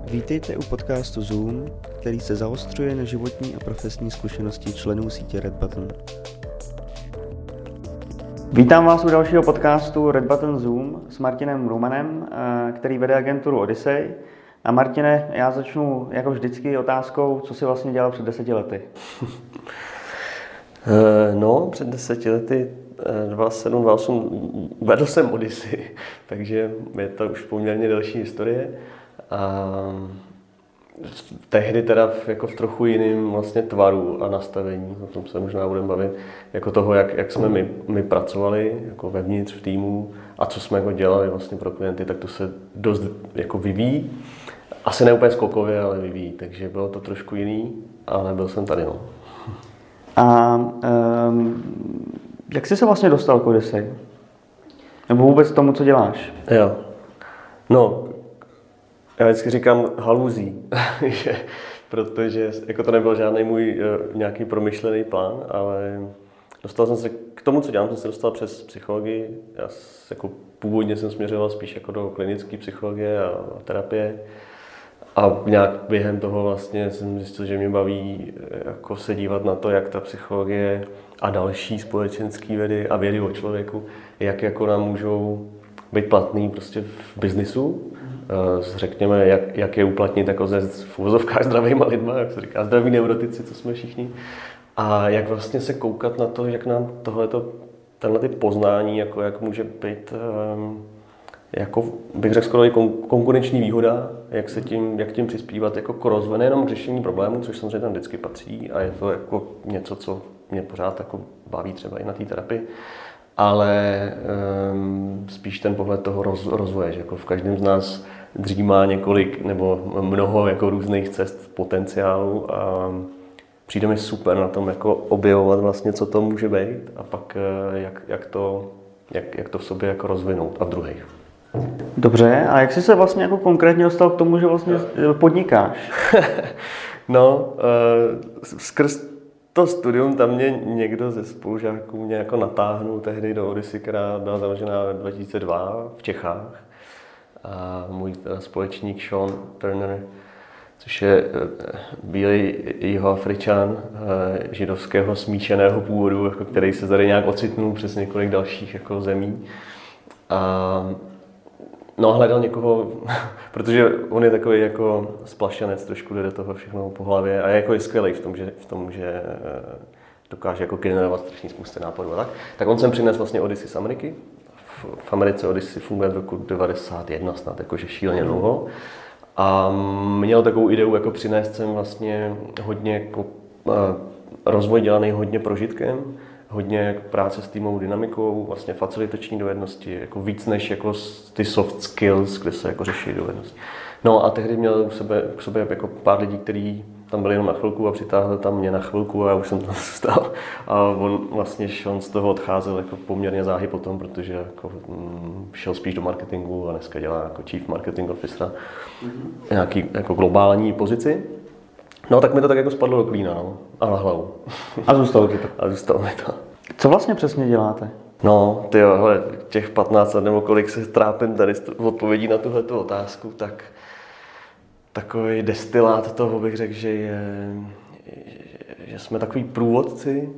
Vítejte u podcastu Zoom, který se zaostřuje na životní a profesní zkušenosti členů sítě Red Button. Vítám vás u dalšího podcastu Red Button Zoom s Martinem Rumanem, který vede agenturu Odyssey. A Martine, já začnu jako vždycky otázkou, co jsi vlastně dělal před 10 lety? Před 10 lety, 2007, 2008, vedl jsem Odyssey, takže je to už poměrně delší historie. A tehdy teda jako v trochu jiném vlastně tvaru a nastavení, o tom se možná budeme bavit, jako toho, jak jsme my pracovali jako vevnitř v týmu a co jsme jako dělali vlastně pro klienty, tak to se dost jako vyvíjí. Asi ne úplně skokově, ale vyvíjí, takže bylo to trošku jiný, ale byl jsem tady. A jak jsi se vlastně dostal k Odyssey? Nebo vůbec tomu, co děláš? Jo. Já vždycky říkám haluzí, protože jako to nebyl žádný můj nějaký promyšlený plán, ale dostal jsem se k tomu, co dělám, jsem se dostal přes psychologii. Já jako původně jsem směřoval spíš jako do klinické psychologie a terapie. A nějak během toho vlastně jsem zjistil, že mě baví jako se dívat na to, jak ta psychologie a další společenské vědy a vědy o člověku, jak jako nám můžou být platný prostě v biznisu. Řekněme, jak je uplatnit jako v uvozovkách zdravýma lidma, jak se říká, zdraví neurotici, co jsme všichni. A jak vlastně se koukat na to, jak nám tenhle poznání, jako jak může být jako bych řekl skoro i konkurenční výhoda, jak tím přispívat jako k rozvoji, nejenom k řešení problémů, což samozřejmě tam vždycky patří a je to jako něco, co mě pořád jako baví třeba i na té terapii, ale spíš ten pohled toho rozvoje, že jako v každém z nás dřímá několik nebo mnoho jako různých cest potenciálu a přijde mi super na tom jako objevovat vlastně, co to může být a pak jak to v sobě jako rozvinout a v druhých. Dobře, a jak jsi se vlastně jako konkrétně dostal k tomu, že vlastně podnikáš? Skrz to studium tam mě někdo ze spolužáků mě jako natáhnul tehdy do Odyssey, která byla založena v 2002 v Čechách. A můj společník Sean Turner, což je bílý Jihoafričan židovského smíšeného původu, jako který se tady nějak ocitnul přes několik dalších jako zemí. A hledal někoho, protože on je takový jako splašanec, trošku jde do toho všechno po hlavě a je jako skvělý v tom, že dokáže jako generovat strašný spousty nápadů a tak on sem přinesl vlastně Odyssey z Ameriky. V Americe Odyssey funguje od roku 1991 snad, jakože šíleně dlouho. A měl takovou ideu jako přinést sem vlastně hodně jako rozvoj dělaný hodně prožitkem, hodně práce s týmovou dynamikou, vlastně facilitační dovednosti, jako víc než jako ty soft skills, kde se jako řeší dovednosti. A tehdy měl k sobě jako pár lidí, kteří tam byli jenom na chvilku a přitáhli tam mě na chvilku a já už jsem tam zůstal. A on z toho odcházel jako poměrně záhy potom, protože jako šel spíš do marketingu a dneska dělá jako chief marketing officer nějaký jako globální pozici. Tak mi to tak jako spadlo do klína, a na hlavu. A zůstalo ti to? A zůstalo mi to. Co vlastně přesně děláte? Těch 15 let nebo kolik se trápím tady v odpovědí na tuhletu otázku, tak takový destilát toho bych řekl, že jsme takový průvodci,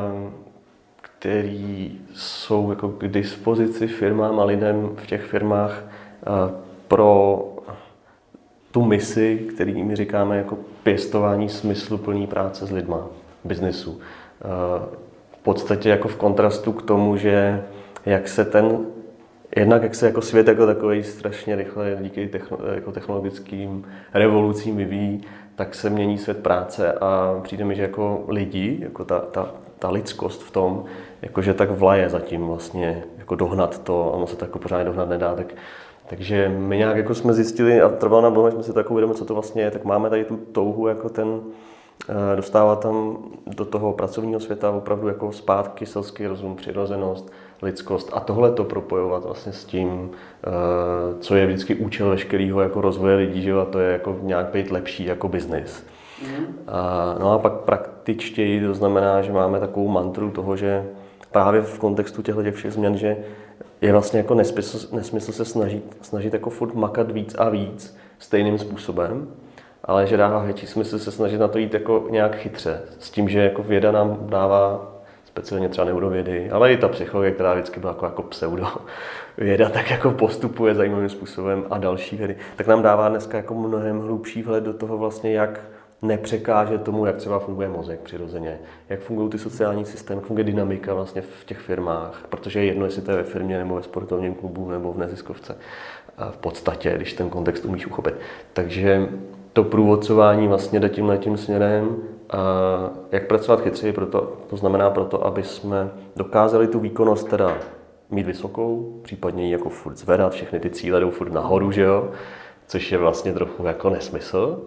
který jsou jako k dispozici firmám a lidem v těch firmách pro tu misi, který my říkáme jako pěstování smysluplný práce s lidma, biznesu. V podstatě jako v kontrastu k tomu, že jak se jako svět jako takový strašně rychle díky jako technologickým revolucím vyvíjí, tak se mění svět práce a přijde mi, že jako lidi, jako ta lidskost v tom, jakože tak vlaje zatím vlastně jako dohnat to, ono se to jako pořádně dohnat nedá, takže my nějak jako jsme zjistili a trvalo nám dlouho, jsme si to jako uvědomili, co to vlastně je, tak máme tady tu touhu jako dostávat tam do toho pracovního světa opravdu jako zpátky selský rozum, přirozenost, lidskost a tohle to propojovat vlastně s tím, co je vždycky účel veškerého jako rozvoje lidí, že? A to je jako nějak být lepší jako biznis. A pak praktičtěji to znamená, že máme takovou mantru toho, že právě v kontextu těch všech změn, že je vlastně jako nesmysl se snažit jako furt makat víc a víc, stejným způsobem, ale že dává větší smysl se snažit na to jít jako nějak chytře. S tím, že jako věda nám dává, speciálně třeba neurovědy, ale i ta psychologie, která vždycky byla jako pseudo věda, tak jako postupuje zajímavým způsobem a další vědy, tak nám dává dneska jako mnohem hlubší vhled do toho vlastně, jak nepřekáže tomu, jak třeba funguje mozek přirozeně, jak fungují ty sociální systémy, jak funguje dynamika vlastně v těch firmách, protože je jedno, jestli to je ve firmě nebo ve sportovním klubu nebo v neziskovce. A v podstatě, když ten kontext umíš uchopit. Takže to průvodcování vlastně jde tímhletím směrem, a jak pracovat chytřeji, to znamená proto, aby jsme dokázali tu výkonnost teda mít vysokou, případně ji jako furt zvedat, všechny ty cíle jdou furt nahoru, že jo? Což je vlastně trochu jako nesmysl.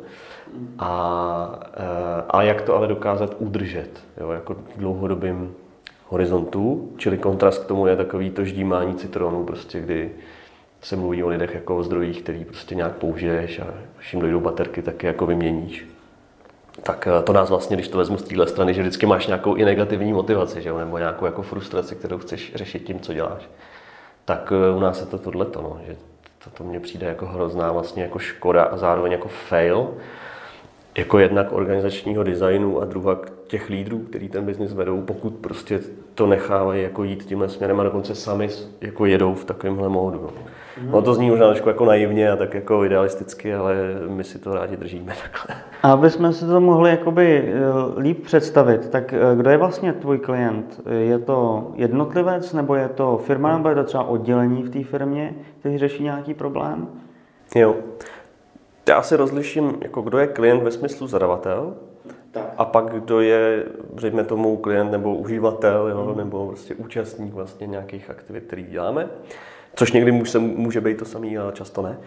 A jak to ale dokázat udržet, jo? Jako v dlouhodobém horizontu, čili kontrast k tomu je takový to ždímání citronů, prostě kdy se mluví o lidech jako o zdrojích, který prostě nějak použiješ a až jim dojdou baterky, tak je jako vyměníš. Tak to nás vlastně, když to vezmu z téhle strany, že vždycky máš nějakou i negativní motivaci, že jo? Nebo nějakou jako frustraci, kterou chceš řešit tím, co děláš. Tak u nás je to tohleto, no, že to mně přijde jako hrozná vlastně jako škoda a zároveň jako fail. Jako jednak organizačního designu a druhak těch lídrů, který ten biznis vedou, pokud prostě to nechávají jako jít tímhle směrem a dokonce sami jako jedou v takovémhle módu. No to zní možná trošku jako naivně a tak jako idealisticky, ale my si to rádi držíme takhle. A aby jsme si to mohli jakoby líp představit, tak kdo je vlastně tvůj klient? Je to jednotlivec, nebo je to firma, nebo je to třeba oddělení v té firmě, který řeší nějaký problém? Jo. Já si rozliším, jako kdo je klient ve smyslu zadavatel, tak. A pak kdo je, řekněme tomu, klient nebo uživatel, jo, nebo prostě účastník vlastně nějakých aktivit, které děláme. Což někdy může být to samý, ale často ne.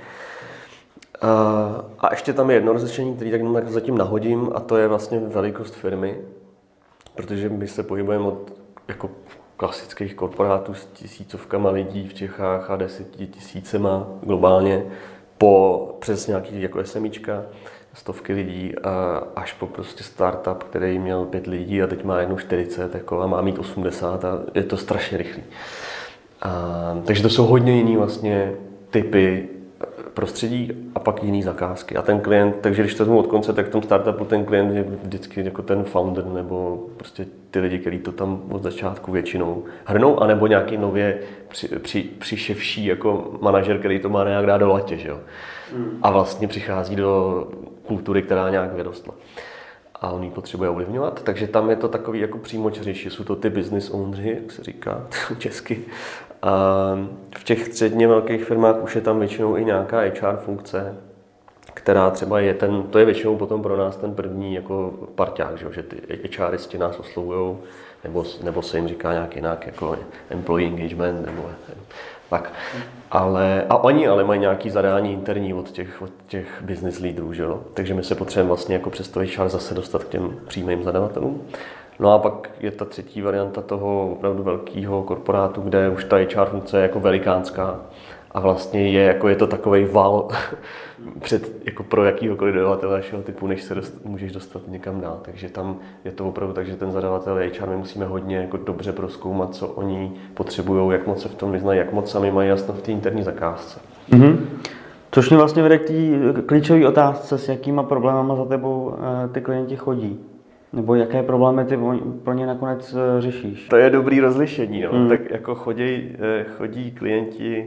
A ještě tam je jedno rozlišení, které tak zatím nahodím, a to je vlastně velikost firmy. Protože my se pohybujeme od jako klasických korporátů s tisícovkama lidí v Čechách a 10 000 globálně, přes nějaký jako SMIčka, stovky lidí až po prostě startup, který měl 5 lidí a teď má jednou 40 jako, a má mít 80 a je to strašně rychlý. Takže to jsou hodně jiný vlastně typy prostředí a pak jiný zakázky. A ten klient, takže když to vezmu od konce, tak v tom startupu ten klient je vždycky jako ten founder nebo prostě ty lidi, kteří to tam od začátku většinou hrnou, anebo nějaký nově přiševší jako manažer, který to má nějak dát do latě, že jo? A vlastně přichází do kultury, která nějak vyrostla. A on ji potřebuje ovlivňovat, takže tam je to takový jako přímočařejší, jsou to ty business owneři, jak se říká česky. A v těch středně velkých firmách už je tam většinou i nějaká HR funkce, která třeba je to je většinou potom pro nás ten první jako parťák, že ty HRisti nás oslovujou, nebo se jim říká nějak jinak, jako employee engagement, nebo tak. Oni ale mají nějaký zadání interní od těch business lídrů, že jo? Takže my se potřebujeme vlastně jako přes to HR zase dostat k těm přímým zadavatelům. No a pak je ta třetí varianta toho opravdu velkého korporátu, kde už ta HR funkce je jako velikánská a vlastně je to takovej val jako pro jakýhokoliv dodavatele našeho typu, než se můžeš dostat někam dál. Takže tam je to opravdu tak, že ten zadavatel HR my musíme hodně jako dobře prozkoumat, co oni potřebují, jak moc se v tom vyznají, jak moc sami mají jasno v té interní zakázce. Mm-hmm. Což mě vlastně vede k té klíčové otázce, s jakýma problémama za tebou ty klienti chodí. Nebo jaké problémy ty pro ně nakonec řešíš? To je dobrý rozlišení. No. Tak jako chodí klienti.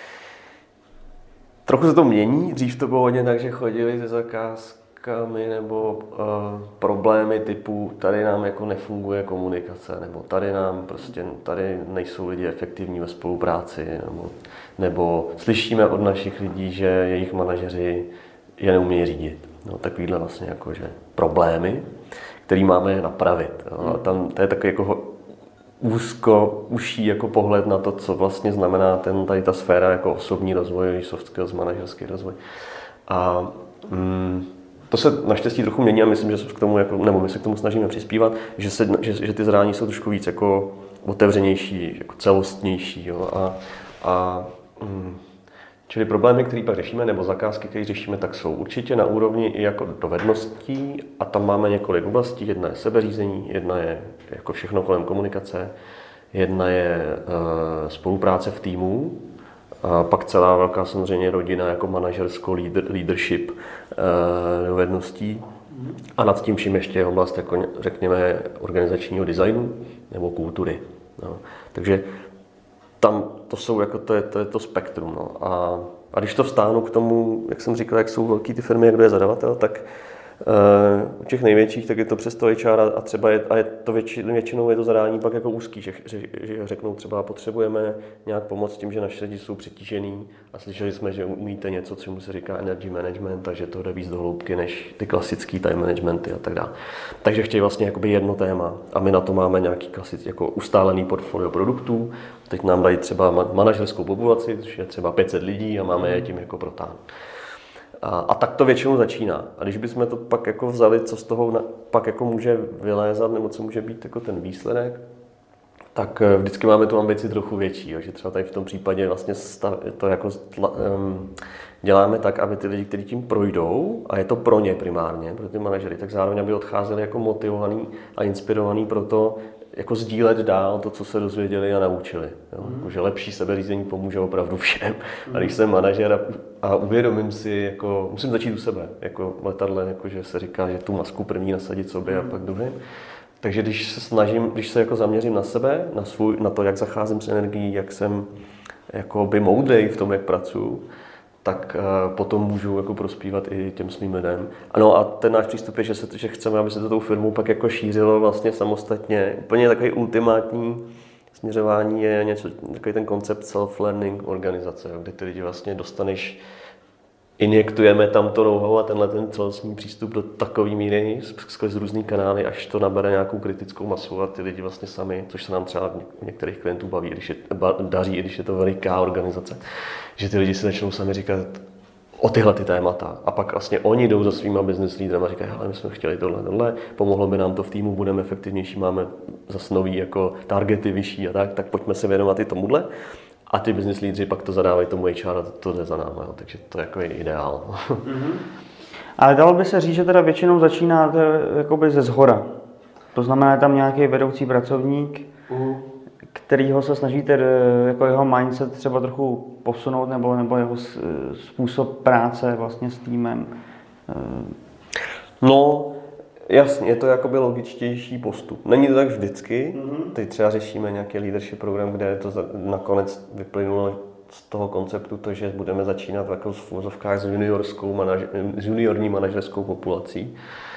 Trochu se to mění. Dřív to bylo hodně tak, že chodili se zakázkami nebo problémy typu tady nám jako nefunguje komunikace, nebo tady nejsou lidi efektivní ve spolupráci, nebo slyšíme od našich lidí, že jejich manažeři je neumějí řídit. No, takovýhle vlastně jakože problémy, který máme napravit. Jo. Tam to je takový jako užší jako pohled na to, co vlastně znamená tady ta sféra jako osobní rozvoj, soft skills, manažerský rozvoj. A to se naštěstí trochu mění a myslím, že se k tomu my se k tomu snažíme přispívat, že ty zadání jsou trošku víc jako otevřenější, jako celostnější. Jo. Čili problémy, které pak řešíme, nebo zakázky, které řešíme, tak jsou určitě na úrovni i jako dovedností a tam máme několik oblastí. Jedna je sebeřízení, jedna je jako všechno kolem komunikace, jedna je spolupráce v týmu, A pak celá velká samozřejmě rodina jako manažersko leadership dovedností. A nad tím vším ještě je oblast, jako řekněme, organizačního designu nebo kultury. No. Takže tam to jsou jako to je to spektrum. No. A když to vstáhnu k tomu, jak jsem říkal, jak jsou velký ty firmy, jak kdo je zadavatel, tak u těch největších tak je to přes to HR a třeba je to většinou je to zadání pak jako úzký, že řeknou třeba potřebujeme nějak pomoct tím, že naše lidi jsou přetížený a slyšeli jsme, že umíte něco, čemu se říká energy management a že to jde víc do hloubky než ty klasický time managementy a tak dále. Takže chtějí vlastně jakoby jedno téma a my na to máme nějaký klasický jako ustálený portfolio produktů. Teď nám dají třeba manažerskou populaci, což je třeba 500 lidí a máme je tím jako protáhnout. A tak to většinou začíná. A když bychom to pak jako vzali, co z toho pak jako může vylézat, nebo co může být jako ten výsledek, tak vždycky máme tu ambici trochu větší. Jo? Že třeba tady v tom případě vlastně to jako děláme tak, aby ty lidi, kteří tím projdou, a je to pro ně primárně, pro ty manažery, tak zároveň aby odcházeli jako motivovaný a inspirovaný pro to, jako sdílet dál to, co se dozvěděli a naučili. Jo? Že lepší sebeřízení pomůže opravdu všem. A když jsem manažer a uvědomím si, jako, musím začít u sebe, jako v letadle, jako, že se říká, že tu masku první nasadit sobě a pak druhým. Takže když se jako zaměřím na sebe, na to, jak zacházím s energií, jak jsem jakoby moudrej v tom, jak pracuji, tak potom můžu jako prospívat i těm svým lidem. Ano, a ten náš přístup je, že chceme, aby se to tou firmou pak jako šířilo vlastně samostatně. Úplně takový ultimátní směřování je něco, takový ten koncept self-learning organizace, kde ty lidi vlastně dostaneš, injektujeme tam to know-how a tenhle ten celostní přístup do takové míry skrz různý kanály, až to nabere nějakou kritickou masu a ty lidi vlastně sami, což se nám třeba u některých klientů daří, i když je to veliká organizace, že ty lidi si začnou sami říkat o tyhle ty témata a pak vlastně oni jdou za svýma business lídrama a říkají, hele, my jsme chtěli tohle, pomohlo by nám to v týmu, budeme efektivnější, máme zase nový jako targety vyšší a tak pojďme se věnovat i tomuhle. A ty business lídři pak to zadávají tomu HR a to jde za náma, jo. Takže to jako je ideál. Ale dalo by se říct, že teda většinou začíná jakoby ze zhora. To znamená, je tam nějaký vedoucí pracovník, kterýho se snažíte jako jeho mindset třeba trochu posunout nebo jeho způsob práce vlastně s týmem. No, jasně, je to jakoby logičtější postup. Není to tak vždycky. Teď třeba řešíme nějaký leadership program, kde to nakonec vyplynulo z toho konceptu to, že budeme začínat jako v uvozovkách s juniorní manažerskou populací.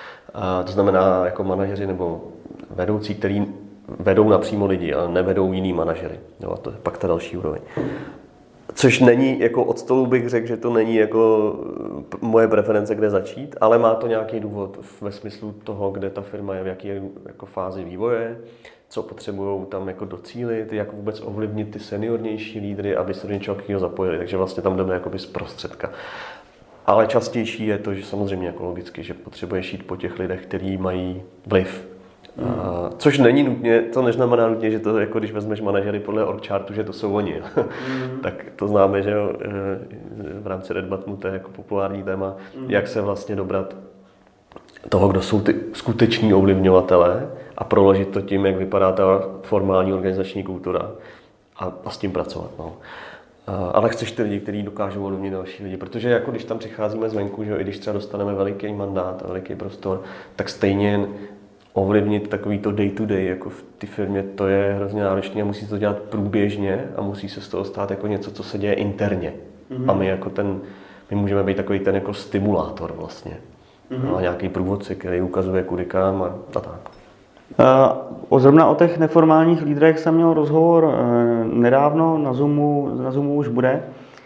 A to znamená jako manažeři nebo vedoucí, který vedou napřímo lidi, ale nevedou jiný manažery. Jo, a to je pak ta další úroveň. Což není, jako od stolu bych řekl, že to není jako moje preference, kde začít, ale má to nějaký důvod ve smyslu toho, kde ta firma je, v jaké jako fázi vývoje, co potřebují tam jako docílit, jak vůbec ovlivnit ty seniornější lídry, aby se do něčeho takového zapojili. Takže vlastně tam jdeme jakoby zprostředka. Ale častější je to, že samozřejmě jako logicky, že potřebuješ jít po těch lidech, kteří mají vliv. Což není nutně, to neznamená nutně, že to jako když vezmeš manažery podle org chartu, že to jsou oni. Tak to známe, že v rámci Red Buttomu to je jako populární téma, jak se vlastně dobrat toho, kdo jsou ty skuteční ovlivňovatelé a proložit to tím, jak vypadá ta formální organizační kultura a s tím pracovat. No. Ale chceš ty lidi, kteří dokážou ovlivnit další lidi, protože jako když tam přicházíme zvenku, že i když třeba dostaneme veliký mandát a veliký prostor, tak stejně ovlivnit takový to day to day, jako v té firmě, to je hrozně náročné a musí to dělat průběžně a musí se z toho stát jako něco, co se děje interně. A my jako my můžeme být takový ten jako stimulátor vlastně. A nějaký průvodce, který ukazuje kudy kam a tak. Zrovna o těch neformálních lídrech jsem měl rozhovor nedávno, na Zoomu už bude,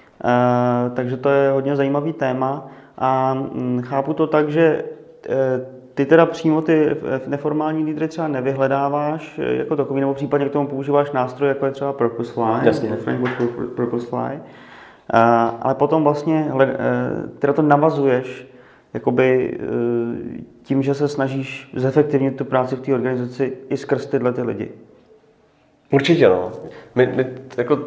takže to je hodně zajímavý téma a chápu to tak, že ty teda přímo ty neformální lídry třeba nevyhledáváš jako takový, nebo případně k tomu používáš nástroj, jako je třeba Purposefly, Purposefly, ale potom vlastně teda to navazuješ jakoby tím, že se snažíš zefektivnit tu práci v té organizaci i skrz tyhle ty lidi. Určitě no. My jako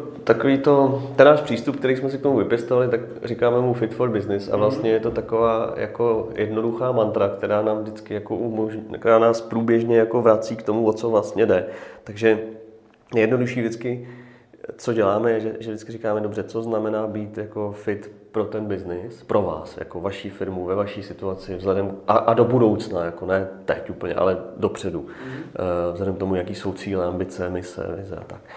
ten náš přístup, který jsme si k tomu vypěstovali, tak říkáme mu fit for business a vlastně je to taková jako jednoduchá mantra, která nám vždycky jako která nás průběžně jako vrací k tomu, o co vlastně jde. Takže je jednodušší vždycky co děláme, je, že vždycky říkáme, dobře, co znamená být jako fit pro ten biznis, pro vás, jako vaší firmu, ve vaší situaci, vzhledem a do budoucna, jako ne teď úplně, ale dopředu, vzhledem k tomu, jaký jsou cíle, ambice, mise, vize a tak.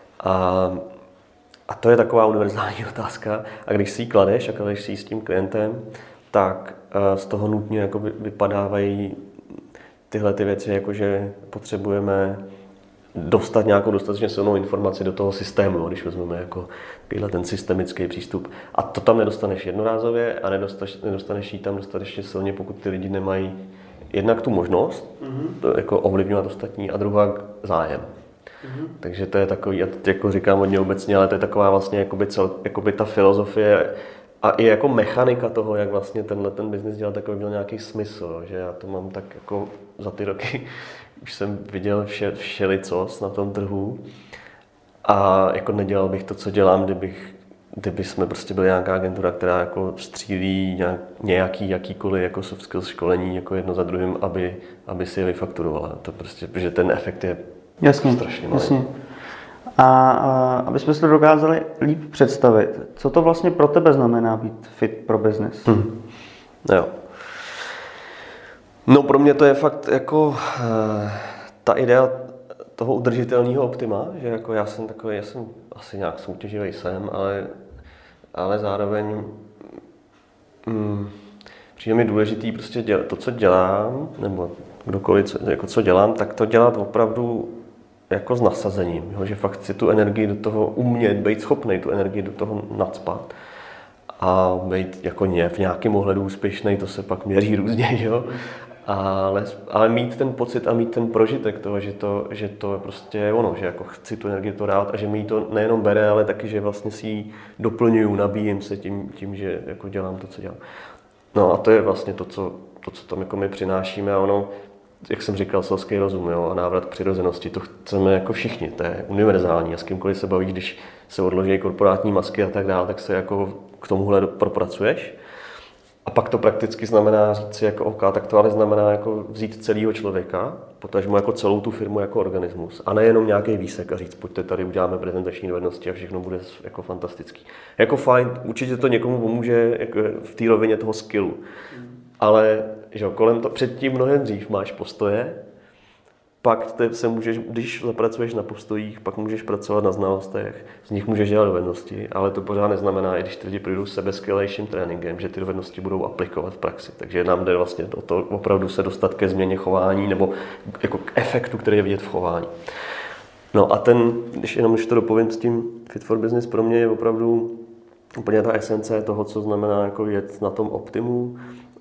A to je taková univerzální otázka. A když si ji kladeš a kladeš si ji s tím klientem, tak z toho nutně jako vypadávají tyhle ty věci, jako že potřebujeme dostat nějakou dostatečně silnou informaci do toho systému, když vezmeme jako ten systemický přístup. A to tam nedostaneš jednorázově a nedostaneš ji tam dostatečně silně, pokud ty lidi nemají jednak tu možnost jako ovlivňovat ostatní a druhá zájem. Takže to je takový, já to jako říkám hodně obecně, ale to je taková vlastně jakoby ta filozofie a i jako mechanika toho, jak vlastně ten biznis dělat, takový měl nějaký smysl, že já to mám tak jako za ty roky, už jsem viděl všelicos na tom trhu a jako nedělal bych to, co dělám, kdyby jsme prostě byli nějaká agentura, která jako střílí jakýkoliv jako soft skills školení jako jedno za druhým, aby si je vyfakturovala. To prostě, protože ten efekt je strašně malý. Jasně. A aby jsme si to dokázali líp představit, co to vlastně pro tebe znamená být fit pro business? Jo. No pro mě to je fakt jako ta idea toho udržitelného optima, že jako já jsem asi nějak soutěživý ale zároveň přijde mi důležitý prostě to, co dělám, nebo kdokoliv, co dělám, tak to dělat opravdu jako s nasazením, jo? Že fakt si tu energii do toho umět, být schopnej tu energii do toho nacpat a být jako v nějakém ohledu úspěšný, to se pak měří různě, jo? Ale mít ten pocit a mít ten prožitek toho, že to prostě je ono, že jako chci tu energii to dát a že mi ji to nejenom bere, ale taky, že vlastně si ji doplňuju, nabíjím se tím, že jako dělám to, co dělám. No a to je vlastně to, co tam jako my přinášíme a ono, jak jsem říkal, selský rozum, jo, a návrat k přirozenosti, to chceme jako všichni, to je univerzální a s kýmkoliv se bavíš, když se odloží korporátní masky a tak dále, tak se jako k tomuhle propracuješ. A pak to prakticky znamená říct si jako OK, tak to ale znamená jako vzít celého člověka, potažmo jako celou tu firmu jako organismus a nejenom nějaký výsek a říct, pojďte tady uděláme prezentační dovednosti a všechno bude jako fantastický. Jako fajn, určitě to někomu pomůže jako v té rovině toho skillu, ale že kolem to předtím mnohem dřív máš postoje, pak se můžeš, když zapracuješ na postojích, pak můžeš pracovat na znalostech, z nich můžeš dělat dovednosti, ale to pořád neznamená, i když ty lidi projdou sebeskvělejším tréninkem, že ty dovednosti budou aplikovat v praxi. Takže nám jde vlastně o to opravdu se dostat ke změně chování nebo jako k efektu, který je vidět v chování. No a když to dopovím s tím Fit for Business, pro mě je opravdu úplně ta esence toho, co znamená jako jet na tom optimu,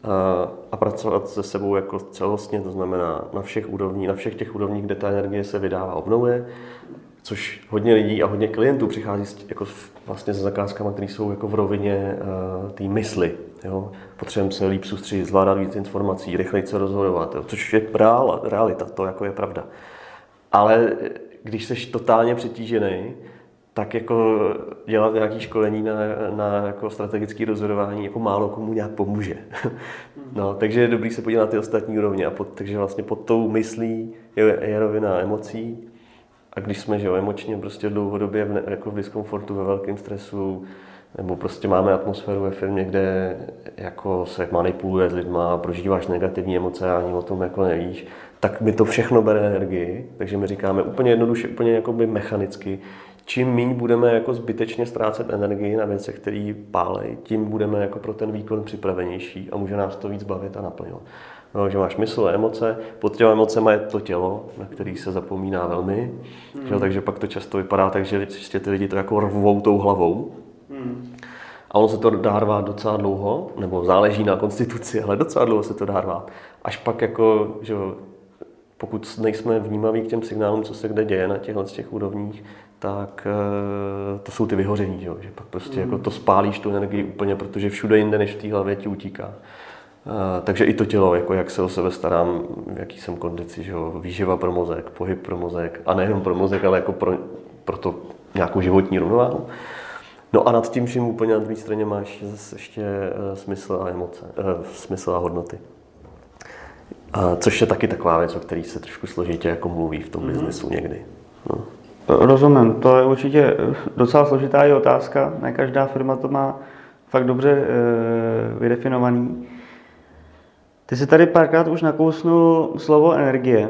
a pracovat se sebou jako celostně, to znamená na všech těch úrovních, kde ta energie se vydává, obnovuje, což hodně lidí a hodně klientů přichází jako vlastně se zakázkami, které jsou jako v rovině té mysli. Jo? Potřebujeme se líp soustředit, zvládat víc informací, rychleji se rozhodovat, jo? Což je realita, to jako je pravda. Ale když jsi totálně přetížený, tak jako dělat nějaké školení na jako strategické rozhodování jako málo komu nějak pomůže. No, takže je dobrý se podívat na ty ostatní úrovně. Takže vlastně pod tou myslí je rovina emocí. A když jsme emočně prostě dlouhodobě jako v diskomfortu, ve velkém stresu, nebo prostě máme atmosféru ve firmě, kde jako se manipuluje s lidma, prožíváš negativní emoce a ani o tom jako nevíš, tak mi to všechno bere energii. Takže my říkáme úplně jednoduše, úplně jakoby mechanicky, čím méně budeme jako zbytečně ztrácet energii na věcech, které pálej, tím budeme jako pro ten výkon připravenější a může nás to víc bavit a naplňovat. No, že máš mysl a emoce, pod těma emocema je to tělo, na který se zapomíná velmi, že, takže pak to často vypadá tak, že ty lidi to jako rvou tou hlavou. A ono se to dá rvát docela dlouho, nebo záleží na konstituci, ale docela dlouho se to dá rvát. Až pak jako, že pokud nejsme vnímaví k těm signálům, co se kde děje na těch úrovních, tak to jsou ty vyhoření, že pak prostě jako to spálíš tu energii úplně, protože všude jinde než v té hlavě ti utíká. Takže i to tělo, jako jak se o sebe starám, v jaký jsem kondici, že výživa pro mozek, pohyb pro mozek a nejenom pro mozek, ale jako pro to nějakou životní rovnováhu. No a nad tím vším úplně na druhé straně máš zase ještě smysl a emoce, smysl a hodnoty. Což je taky taková věc, o který se trošku složitě jako mluví v tom biznesu někdy. No. Rozumím, to je určitě docela složitá i otázka. Ne každá firma to má fakt dobře vydefinovaný. Ty jsi tady párkrát už nakousnul slovo energie,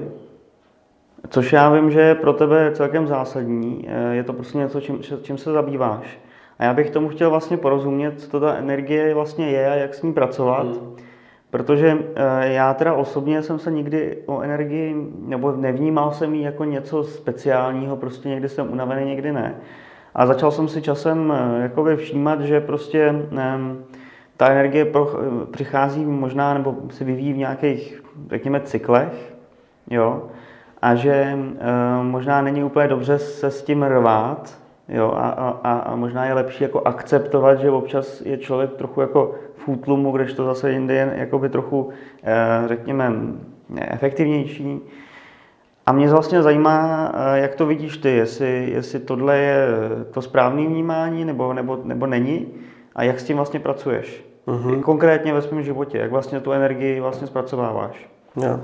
což já vím, že je pro tebe celkem zásadní. Je to prostě něco, čím se zabýváš. A já bych tomu chtěl vlastně porozumět, co ta energie vlastně je a jak s ní pracovat. Protože já teda osobně jsem se nikdy o energii, nebo nevnímal jsem ji jako něco speciálního, prostě někdy jsem unavený, někdy ne. A začal jsem si časem jakoby všímat, že prostě ta energie přichází možná, nebo se vyvíjí v nějakých, řekněme, cyklech, jo, a že možná není úplně dobře se s tím rvát, jo, a možná je lepší jako akceptovat, že občas je člověk trochu jako v útlumu, kdežto zase jinde je jakoby trochu, řekněme, efektivnější. A mě vlastně zajímá, jak to vidíš ty, jestli tohle je to správné vnímání nebo není a jak s tím vlastně pracuješ. Konkrétně ve svém životě, jak vlastně tu energii vlastně zpracováváš. Jo.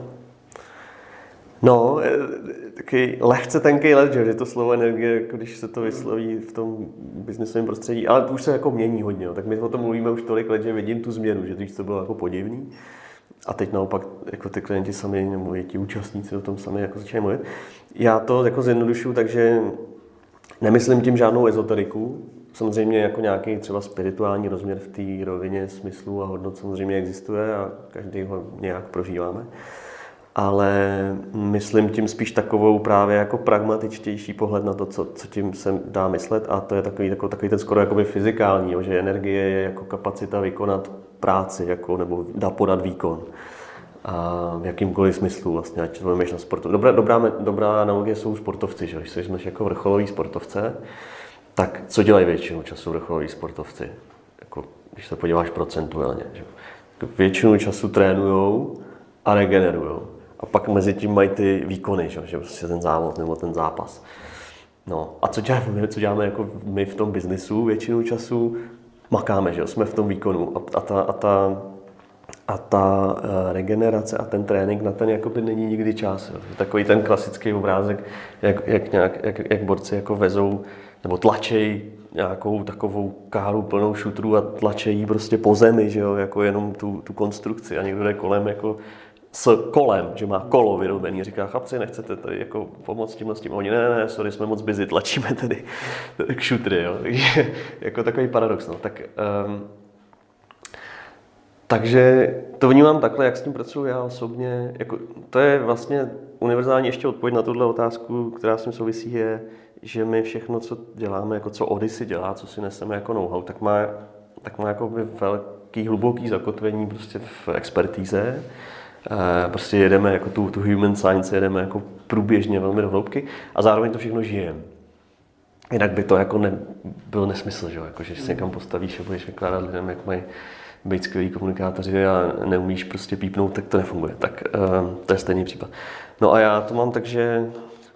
No, taky lehce tenký led, že to slovo energie, když se to vysloví v tom biznesovém prostředí, ale to už se jako mění hodně, tak my o tom mluvíme už tolik let, že vidím tu změnu, že dřív to bylo jako podivný a teď naopak jako ty klienti sami, nebo ti účastníci o tom sami jako začínají mluvit. Já to jako zjednodušuju, takže nemyslím tím žádnou ezoteriku, samozřejmě jako nějaký třeba spirituální rozměr v té rovině smyslu a hodnot samozřejmě existuje a každý ho nějak prožíváme. Ale myslím tím spíš takovou právě jako pragmatičtější pohled na to, co tím se dá myslet a to je takový ten skoro jakoby fyzikální, že energie je jako kapacita vykonat práci, jako, nebo dá podat výkon. A v jakýmkoliv smyslu vlastně, ať to vemeš na sportu. Dobrá analogie jsou sportovci, že když jsme jako vrcholový sportovce, tak co dělají většinu času vrcholoví sportovci? Jako, když se podíváš procentuálně, že? Většinu času trénujou a regenerujou. A pak mezi tím mají ty výkony, že prostě ten závod nebo ten zápas. No a co děláme jako my v tom biznisu? Většinu času makáme, že jsme v tom výkonu a ta regenerace a ten trénink na ten jakoby není nikdy čas. Jo. Takový ten klasický obrázek, jak borci jako vezou nebo tlačejí nějakou takovou káru plnou šutrů a tlačejí prostě po zemi, že jo, jako jenom tu konstrukci a někdo jde kolem jako s kolem, že má kolo vyrobený, říká, chlapci, nechcete tady jako pomoct tímhle s tím? Oni, ne, sorry, jsme moc busy, tlačíme tedy k šutry, jo. Takže jako takový paradox, no. Takže to vnímám takhle, jak s tím pracuji já osobně. Jako, to je vlastně univerzální ještě odpověď na tuhle otázku, která s tím souvisí, je, že my všechno, co děláme, jako co Odyssey dělá, co si neseme jako know-how, tak má jako velký, hluboký zakotvení prostě v expertíze. Prostě jedeme jako tu human science, jedeme jako průběžně velmi do hloubky a zároveň to všechno žijeme. Jinak by to jako byl nesmysl, že? Jako, že si někam postavíš a budeš vykládat lidem, jak mají být skvělí komunikátoři a neumíš prostě pípnout, tak to nefunguje. Tak to je stejný případ. No a já to mám tak, že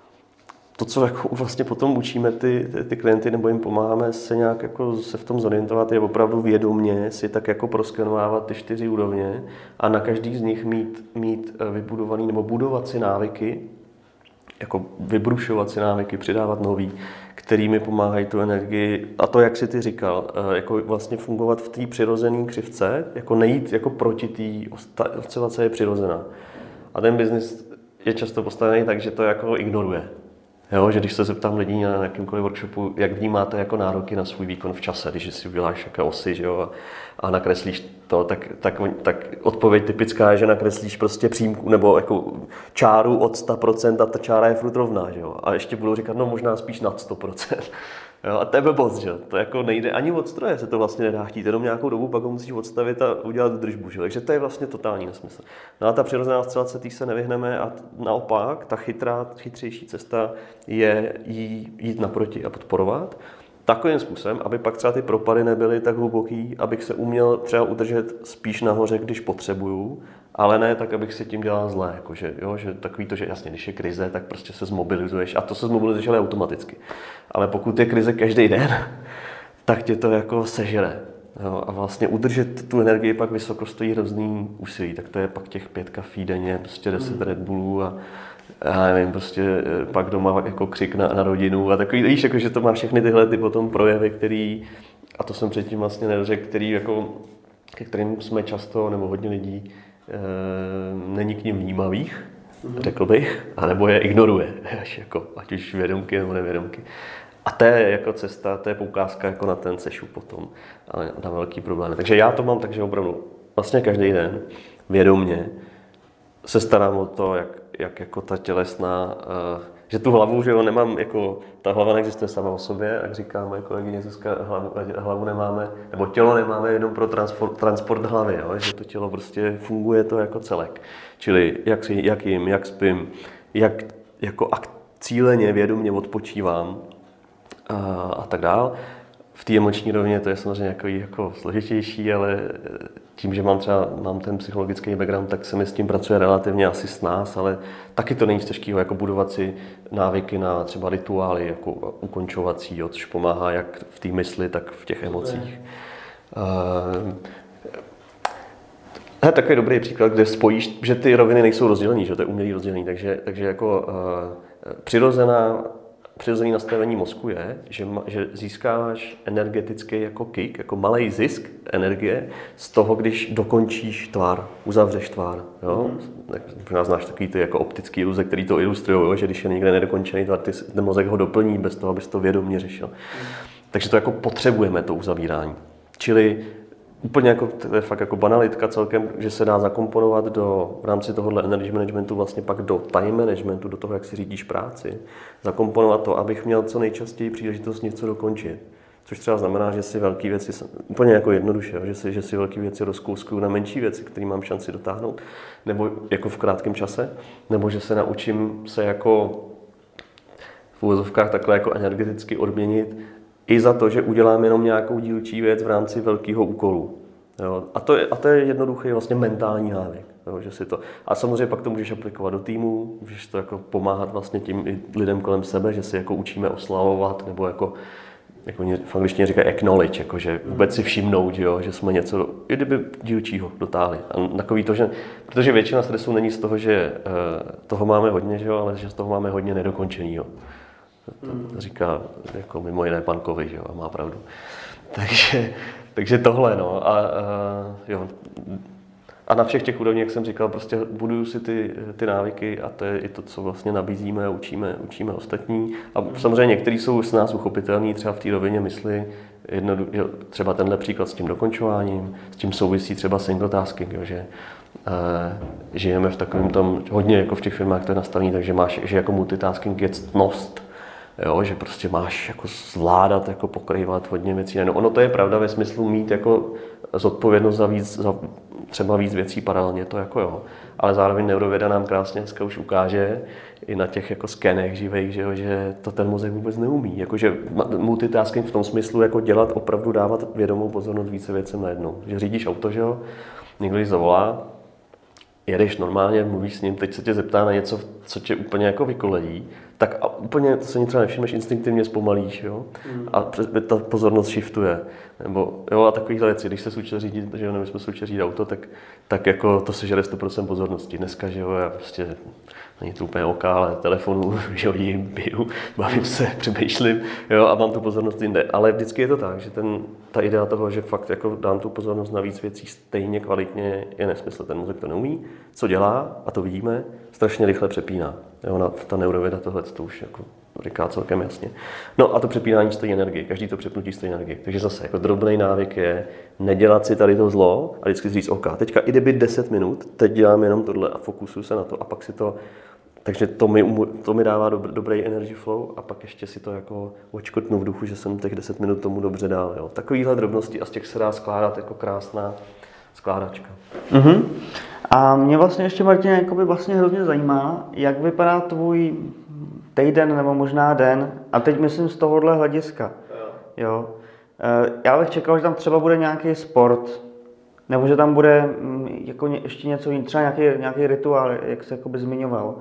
to, co jako vlastně potom učíme ty klienty nebo jim pomáháme se nějak jako se v tom zorientovat, je opravdu vědomě si tak jako proskenovávat ty 4 úrovně a na každý z nich mít vybudovaný nebo budovat si návyky, jako vybrušovat si návyky, přidávat nový, kterými pomáhají tu energii a to, jak jsi ty říkal, jako vlastně fungovat v té přirozené křivce, jako nejít jako proti té oscilace je přirozená. A ten biznis je často postavený tak, že to jako ignoruje. Jo, že když se zeptám lidí na jakýmkoliv workshopu, jak vnímáte jako nároky na svůj výkon v čase, když si uděláš jaké osy, že jo, a nakreslíš to, tak odpověď typická je, že nakreslíš prostě přímku nebo jako čáru od 100% a ta čára je furt rovná, že jo. A ještě budou říkat, no možná spíš nad 100%. Jo, a to je blbost, že? To jako nejde ani od stroje, se to vlastně nedá chtít, jenom nějakou dobu, pak ho musíš odstavit a udělat držbu, že? Takže to je vlastně totální nesmysl. No a ta přirozená oscilace, tý se nevyhneme a naopak ta chytřejší cesta je jít naproti a podporovat takovým způsobem, aby pak třeba ty propady nebyly tak hluboký, abych se uměl třeba udržet spíš nahoře, když potřebuju, ale ne tak, abych si tím dělal zlé, jakože, jo, že takový to, že jasně, když je krize, tak prostě se zmobilizuješ a to se zmobilizuješ ale automaticky. Ale pokud je krize každý den, tak tě to jako sežere. Jo, a vlastně udržet tu energii pak vysoko stojí hrozný úsilí, tak to je pak těch 5 kafí denně, prostě 10 Red Bullů já nevím, prostě pak doma jako křik na rodinu a takový, víš, jako, že to má všechny tyhle ty potom projevy, který, a to jsem předtím vlastně nedořekl, který jako, ke kterým jsme často, nebo hodně lidí, není k nim vnímavých, řekl bych, anebo je ignoruje, jako, ať už vědomky nebo nevědomky. A to je jako cesta, to je poukázka jako na ten sešup potom, ale na velký problém. Takže já to mám tak, že opravdu vlastně každý den vědomně se starám o to, jak jako ta tělesná, že tu hlavu, že jo, nemám, jako ta hlava neexistuje sama o sobě, jak říká moje kolegyně Zuzka, hlavu nemáme, nebo tělo nemáme jenom pro transport hlavy, jo, že to tělo prostě funguje to jako celek. Čili jak jim, jak spím, jak jako cíleně, vědomě odpočívám a tak dál. V té emoční rovině to je samozřejmě jako složitější, ale tím, že mám ten psychologický background, tak se mi s tím pracuje relativně asi s nás, ale taky to není z těžkého, jako budovat si návyky na třeba rituály, jako ukončovací, což pomáhá jak v té mysli, tak v těch emocích. To je takový dobrý příklad, kde spojíš, že ty roviny nejsou rozdělený, že to je umělý rozdělení, takže jako přirozené nastavení mozku je, že získáváš energetický jako kick, jako malej zisk energie z toho, když dokončíš tvar, uzavřeš tvar. Jo? Možná znáš takový ty jako optický iluze, který to ilustrují, že když je někde nedokončený tvar, ten mozek ho doplní bez toho, abys to vědomě řešil. Takže to jako potřebujeme, to uzavírání. Čili úplně jako, to je fakt jako banalitka celkem, že se dá zakomponovat v rámci tohohle energy managementu vlastně pak do time managementu, do toho, jak si řídíš práci, zakomponovat to, abych měl co nejčastěji příležitost něco dokončit. Což třeba znamená, že si velké věci, úplně jako jednoduše, že si velké věci rozkouskuju na menší věci, které mám šanci dotáhnout, nebo jako v krátkém čase, nebo že se naučím se jako v úvozovkách takhle jako energeticky odměnit i za to, že udělám jenom nějakou dílčí věc v rámci velkého úkolu. Jo? A to je jednoduchý vlastně mentální návyk. Jo? Že si to, a samozřejmě pak to můžeš aplikovat do týmu, můžeš to jako pomáhat vlastně tím i lidem kolem sebe, že si jako učíme oslavovat, nebo jako v angličtině říkají acknowledge, jako že vůbec si všimnout, že jsme něco i kdyby dílčího dotáhli. A takový to, že, protože většina stresu není z toho, že toho máme hodně, že jo, ale že z toho máme hodně nedokončenýho. To říká jako mimo jiné pan Kovy, že jo, a má pravdu. Takže tohle, no. Jo. A na všech těch úrovních, jak jsem říkal, prostě buduju si ty návyky a to je i to, co vlastně nabízíme a učíme ostatní. A samozřejmě některý jsou s nás uchopitelní, třeba v té rovině mysli, třeba tenhle příklad s tím dokončováním, s tím souvisí třeba single tasking, jo, že žijeme v takovém tom, hodně jako v těch firmách to je nastavené, takže že jako multitasking je ctnost. Jo, že prostě máš jako zvládat, jako pokrývat hodně věcí. No, ono to je pravda ve smyslu mít jako zodpovědnost za třeba víc věcí paralelně, to jako jo. Ale zároveň neurověda nám krásně dneska už ukáže i na těch jako skenech živých, že to ten mozek vůbec neumí. Jakože multitasking v tom smyslu jako dělat, opravdu dávat vědomou pozornost více věcem najednou. Že řídíš auto, že jo, někdo ji zavolá, jedeš normálně, mluvíš s ním, teď se tě zeptá na něco, co tě úplně jako vykolejí, tak a úplně to se ní třeba nevšimneš, instinktivně zpomalíš, jo? A ta pozornost shiftuje. Nebo, jo, a takovýhle věci, když se učil řídit, že jo, nebo jsme se učili řídit auto, tak jako to sežere 100% pozornosti. Dneska, že jo, já prostě, není to úplně oka, ale telefonu, že hodím, piju, bavím se, přemýšlím, jo, a mám tu pozornost jinde. Ale vždycky je to tak, že ta idea toho, že fakt jako dám tu pozornost na víc věcí stejně kvalitně, je nesmysl. Ten mozek to neumí, co dělá, a to vidíme, strašně rychle přepíná. Jo, ta neurověda tohle to už jako říká celkem jasně. No a to přepínání stojí energii, každý to přepnutí stojí energii. Takže zase jako drobný návyk je nedělat si tady to zlo a vždycky říct OK, teďka i kdyby 10 minut, teď dělám jenom tohle a fokusuju se na to a pak si to, takže to mi dává dobrý energy flow a pak ještě si to jako očkrtnu v duchu, že jsem těch 10 minut tomu dobře dal. Jo. Takovýhle drobnosti a z těch se dá skládat jako krásná skládačka. Mm-hmm. A mě vlastně ještě, Martine, jakoby vlastně hrozně zajímá, jak vypadá tvůj týden nebo možná den, a teď myslím z tohohle hlediska. Jo. Já bych čekal, že tam třeba bude nějaký sport, nebo že tam bude jako ještě něco jiného, třeba nějaký rituál, jak se jakoby zmiňoval.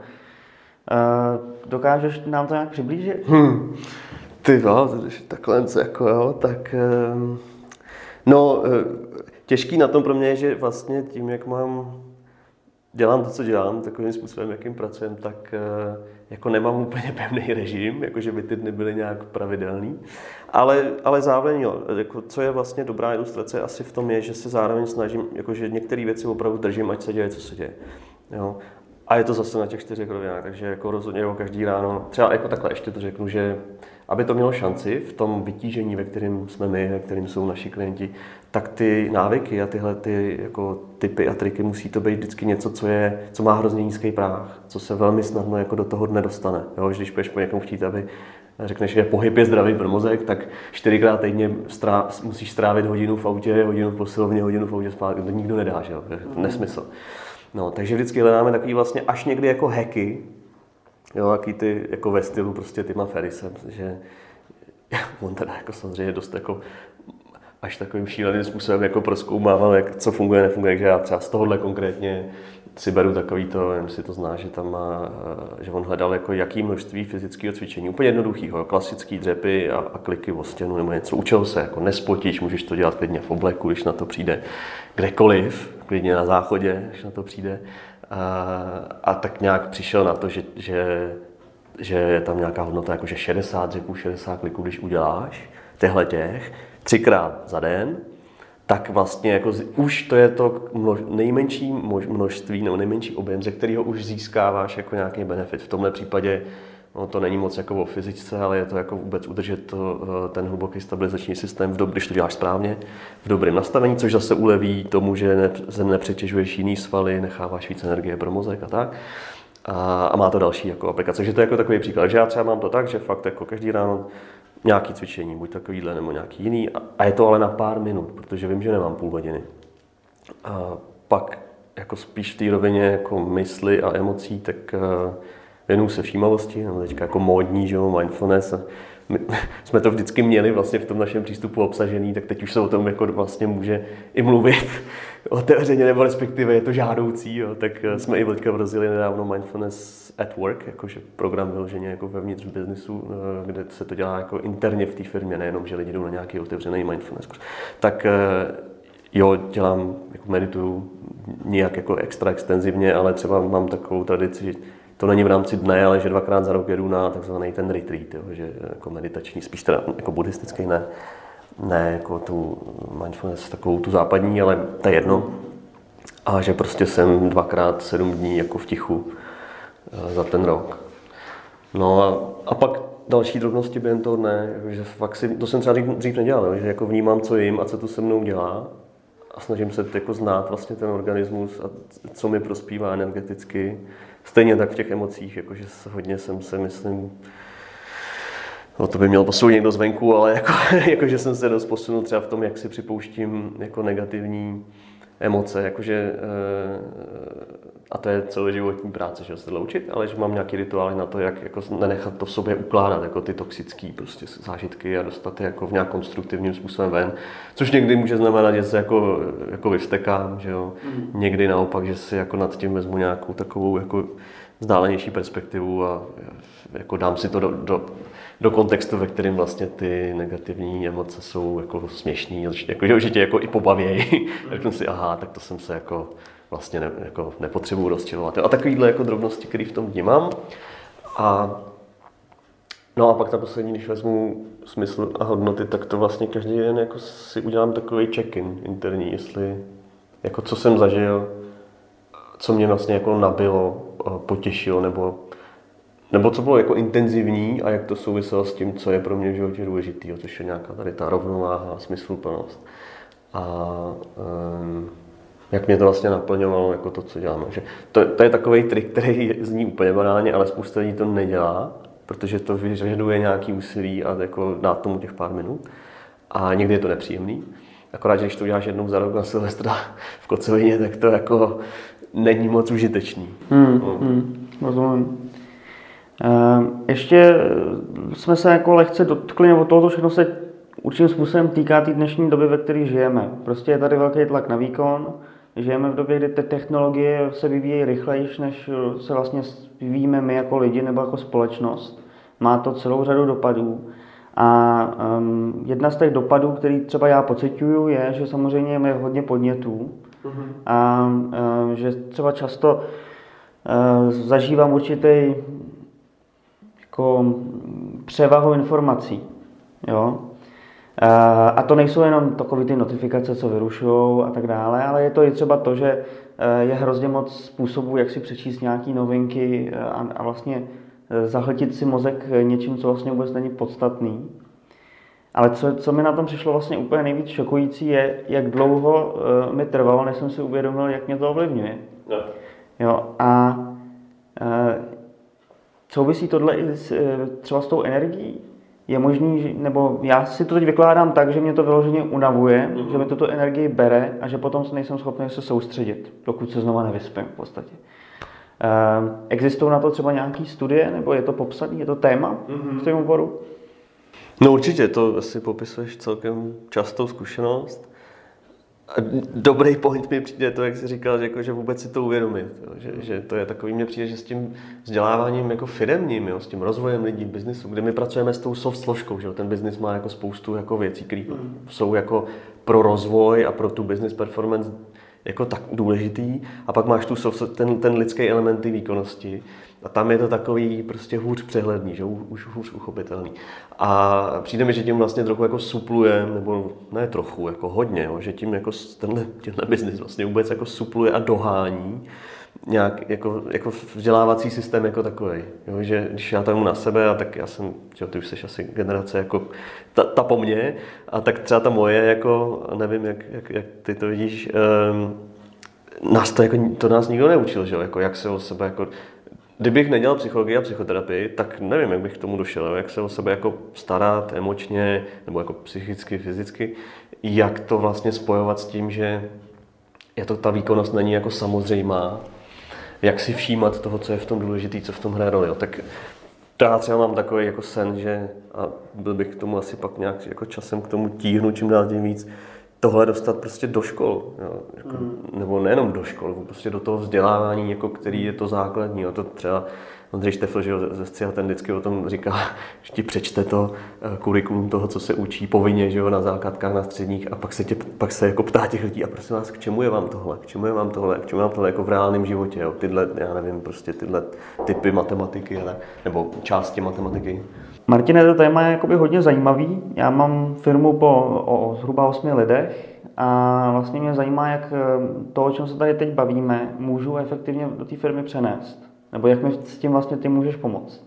Dokážeš nám to nějak přiblížit? Ty takhle jako jo, tak no těžký na tom pro mě je, že vlastně tím, jak mám dělám to, co dělám, takovým způsobem, jakým pracujeme, tak jako nemám úplně pevný režim, jako že by ty dny byly nějak pravidelný. Ale zároveň, jo, jako, co je vlastně dobrá ilustrace asi v tom je, že se zároveň snažím, jakože některé věci opravdu držím, ať se děje, co se děje. Jo. A je to zase na těch 4 rovinách, takže jako rozhodně jako každý ráno, třeba jako takhle ještě to řeknu, že aby to mělo šanci v tom vytížení, ve kterém jsme my, ve kterém jsou naši klienti, tak ty návyky a tyhle ty jako tipy a triky musí to být vždycky něco, co má hrozně nízký práh, co se velmi snadno jako do toho dne dostane. Jo, když budeš po někom chtít, aby řekneš, že pohyb je zdravý pro mozek, tak 4krát týdně musíš strávit hodinu v autě, hodinu v posilovně, hodinu v autě zpátky. To nikdo nedá, že jo? To je nesmysl. No, takže vždycky hledáme takový vlastně až někdy jako hacky, jo, jaký ty jako ve stylu prostě Tima Ferrise, že on teda jako samozřejmě dost jako až takovým šíleným způsobem jako prozkoumával, co funguje, nefunguje, takže já třeba z tohohle konkrétně si beru takový to, nevím, si to zná, že tam má, že on hledal jako jaký množství fyzického cvičení, úplně jednoduchýho, klasický dřepy a kliky o stěnu nebo něco. Učil se, jako nespotíš, můžeš to dělat klidně v obleku, když na to přijde, kdekoliv, klidně na záchodě, když na to přijde. A tak nějak přišel na to, že je tam nějaká hodnota, jako že 60 dřepů, 60 kliků, když uděláš těch 3krát za den, tak vlastně jako už to je to nejmenší množství nebo nejmenší objem, ze kterého už získáváš jako nějaký benefit. V tomhle případě no, to není moc jako o fyzičce, ale je to jako vůbec udržet ten hluboký stabilizační systém, když to děláš správně, v dobrém nastavení, což zase uleví tomu, že nepřetěžuješ jiný svaly, necháváš víc energie pro mozek a tak. A má to další jako aplikace. Takže to je jako takový příklad. Takže já třeba mám to tak, že fakt jako každý ráno nějaký cvičení, buď takovýhle nebo nějaký jiný. A je to ale na pár minut, protože vím, že nemám půl hodiny. A pak jako spíš v té rovině jako mysli a emocí, tak věnuju se všímavosti, nebo teďka jako módní, že jo, mindfulness. My jsme to vždycky měli vlastně v tom našem přístupu obsažený, tak teď už se o tom jako vlastně může i mluvit otevřeně, nebo respektive je to žádoucí, jo. Tak jsme i teďka rozjeli nedávno Mindfulness at Work, jakože program vyloženě jako vevnitř biznisu, kde se to dělá jako interně v té firmě, nejenom, že lidi jdou na nějaký otevřený mindfulness. Tak jo, dělám, jako medituju nijak jako extra extenzivně, ale třeba mám takovou tradici, to není v rámci dne, ale že 2krát za rok jedu na takzvaný ten retreat, jo, že jako meditační, spíš teda jako buddhistický, ne jako tu mindfulness, takovou tu západní, ale to je jedno. A že prostě jsem 2x 7 dní jako v tichu za ten rok. No a pak další drobnosti během toho dne, že fakt to jsem třeba dřív nedělal, že jako vnímám, co jim a co to se mnou dělá. A snažím se jako znát vlastně ten organismus a co mi prospívá energeticky. Stejně tak v těch emocích, jakože hodně jsem se, myslím, no to by měl posoudit někdo zvenku, ale jakože jsem se dost posunul třeba v tom, jak si připouštím jako negativní emoce, jakože, a to je celoživotní práce, že se to učit, ale že mám nějaký rituály na to, jak jako nenechat to v sobě ukládat, jako ty toxické prostě zážitky a dostat je jako v nějak konstruktivním způsobem ven, což někdy může znamenat, že se jako vyvstekám, že jo, někdy naopak, že si jako nad tím vezmu nějakou takovou jako vzdálenější perspektivu a jako dám si to do kontextu, ve kterém vlastně ty negativní emoce jsou jako směšný, jako, že tě jako i pobavějí. Řeknu si, aha, tak to jsem se jako vlastně jako nepotřebuji rozčilovat. A takovýhle jako drobnosti, které v tom vnímám. No a pak ta poslední, když vezmu smysl a hodnoty, tak to vlastně každý den jako si udělám takový check-in interní, jestli jako co jsem zažil, co mě vlastně jako nabilo, potěšilo, nebo co bylo jako intenzivní a jak to souviselo s tím, co je pro mě v životě důležitý, což je nějaká tady ta rovnováha, smysluplnost. A jak mě to vlastně naplňovalo jako to, co děláme. Že to je takový trik, který zní úplně banálně, ale spousta lidí to nedělá, protože to vyžaduje nějaký úsilí a jako dát tomu těch pár minut. A někdy je to nepříjemný. Akorát, že když to uděláš jednou za rok na Silvestra v Kocovině, tak to jako není moc užitečný. Rozumím. Ještě jsme se jako lehce dotkli, nebo tohoto všechno se určitým způsobem týká té dnešní doby, ve které žijeme. Prostě je tady velký tlak na výkon, žijeme v době, kdy ty technologie se vyvíjejí rychleji, než se vlastně vyvíjíme my jako lidi nebo jako společnost. Má to celou řadu dopadů. A jedna z těch dopadů, který třeba já pociťuju, je, že samozřejmě je hodně podnětů A že třeba často zažívám určitý jako převahu informací. Jo? A to nejsou jenom takové ty notifikace, co vyrušujou a tak dále, ale je to i třeba to, že je hrozně moc způsobů, jak si přečíst nějaké novinky a vlastně zahltit si mozek něčím, co vlastně vůbec není podstatný. Ale co mi na tom přišlo vlastně úplně nejvíc šokující, je, jak dlouho mi trvalo, než jsem si uvědomil, jak mě to ovlivňuje. No. Jo, a souvisí tohle i třeba s tou energií? Je možný, nebo já si to teď vykládám tak, že mě to vyloženě unavuje, že mi to tu energii bere a že potom nejsem schopný se soustředit, dokud se znova nevyspím v podstatě. Existují na to třeba nějaké studie, nebo je to popsané, je to téma v tom oboru? No určitě, to asi popisuješ celkem častou zkušenost. A dobrý point mi přijde to, jak jsi říkal, že vůbec si to uvědomit. Že to je takový, mně přijde, že s tím vzděláváním jako firemním, s tím rozvojem lidí v biznesu, kde my pracujeme s tou soft složkou, že ten biznis má jako spoustu jako věcí, které jsou jako pro rozvoj a pro tu business performance jako tak důležitý. A pak máš tu ten lidský element té výkonnosti. A tam je to takový prostě hůř přehledný, že už hůř uchopitelný. A přijde mi, že tím vlastně trochu jako supluje, nebo ne trochu, jako hodně, jo, že tím jako tenhle biznis vlastně vůbec jako supluje a dohání nějak jako vzdělávací systém jako takový. Že když já tam na sebe, a tak já jsem, že ty už jsi asi generace jako ta po mně, a tak třeba ta moje, jako nevím, jak ty to vidíš, to nás nikdo neučil, že jo, jako jak se o sebe jako. Kdybych nedělal psychologii a psychoterapii, tak nevím, jak bych k tomu došel, jak se o sebe jako starat emočně, nebo jako psychicky, fyzicky, jak to vlastně spojovat s tím, že je to ta výkonnost není jako samozřejmá, jak si všímat toho, co je v tom důležitý, co v tom hraje roli. Tak já třeba mám takový jako sen, že, a byl bych k tomu asi pak nějak jako časem k tomu tíhnu, čím dál tím víc, tohle dostat prostě do škol, jo, jako, nebo nejenom do škol, prostě do toho vzdělávání, jako, který je to základní. Jo, to třeba Ondřej Štefl, že jo, ze Sciha ten vždycky o tom říká, že ti přečte to kurikulum toho, co se učí povinně, že jo, na základkách, na středních, a pak se jako ptá těch lidí, a prosím vás, k čemu je vám tohle, k čemu je vám tohle jako v reálném životě, jo, tyhle, já nevím, prostě tyhle typy matematiky, nebo části matematiky. Martine, to téma je jakoby hodně zajímavý. Já mám firmu o zhruba 8 lidech a vlastně mě zajímá, jak to, o čem se tady teď bavíme, můžu efektivně do té firmy přenést. Nebo jak mi s tím vlastně ty můžeš pomoct?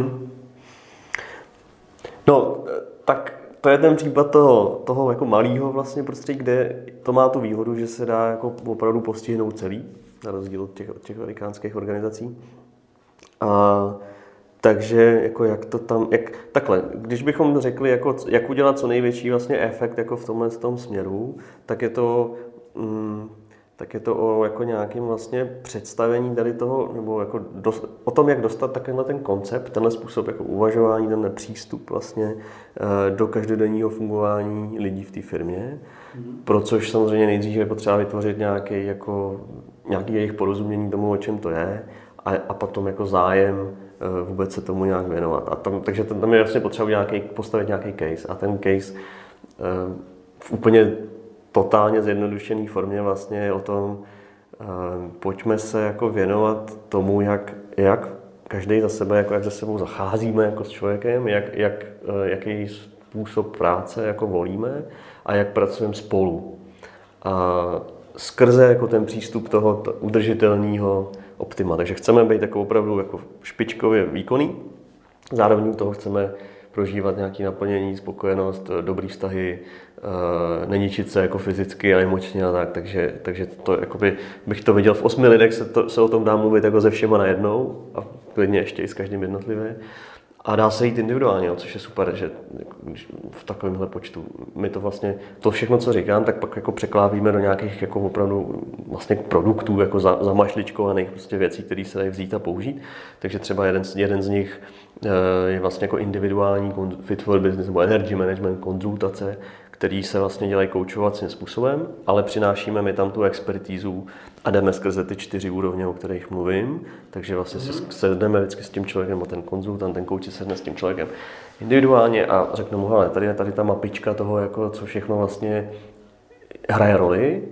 No, tak to je ten případ toho jako malého vlastně prostředí, kde to má tu výhodu, že se dá jako opravdu postihnout celý, na rozdíl od těch velikánských organizací. Takže jako takhle, když bychom řekli, jako, jak udělat co největší vlastně efekt jako v tomhle tom směru, tak je to o jako nějakým vlastně představení tady toho, nebo jako o tom, jak dostat takovýhle ten koncept, tenhle způsob jako uvažování, tenhle přístup vlastně do každodenního fungování lidí v té firmě, pro což samozřejmě nejdřív je potřeba vytvořit nějaký jejich porozumění tomu, o čem to je, a potom jako zájem vůbec se tomu nějak věnovat. Takže tam je vlastně potřeba postavit nějaký case, a ten case v úplně totálně zjednodušené formě vlastně je o tom, pojďme se jako věnovat tomu, jak každý za sebe, jako jak se sebou zacházíme jako s člověkem, jaký způsob práce jako volíme a jak pracujeme spolu. A skrze jako ten přístup toho udržitelného optima. Takže chceme být jako opravdu jako špičkově výkonný, zároveň toho chceme prožívat nějaké naplnění, spokojenost, dobrý vztahy, neničit se jako fyzicky a emočně a tak. Takže to jakoby bych to viděl v 8 lidech, se o tom dá mluvit jako se všema najednou a klidně ještě i s každým jednotlivě. A dá se jít individuálně, což je super, že v takovémhle počtu my to vlastně, to všechno, co říkám, tak pak jako překlávíme do nějakých jako opravdu vlastně produktů, jako zamašličkovaných prostě věcí, které se dají vzít a použít. Takže třeba jeden z nich je vlastně jako individuální fit for business nebo energy management konzultace, který se vlastně dělají koučovacím způsobem, ale přinášíme my tam tu expertízu a jdeme skrze ty 4 úrovně, o kterých mluvím. Takže vlastně si sedneme vždycky s tím člověkem, a ten konzultant, ten kouč se sedne s tím člověkem individuálně a řekne mu, hele, tady ta mapička toho, jako, co všechno vlastně hraje roli,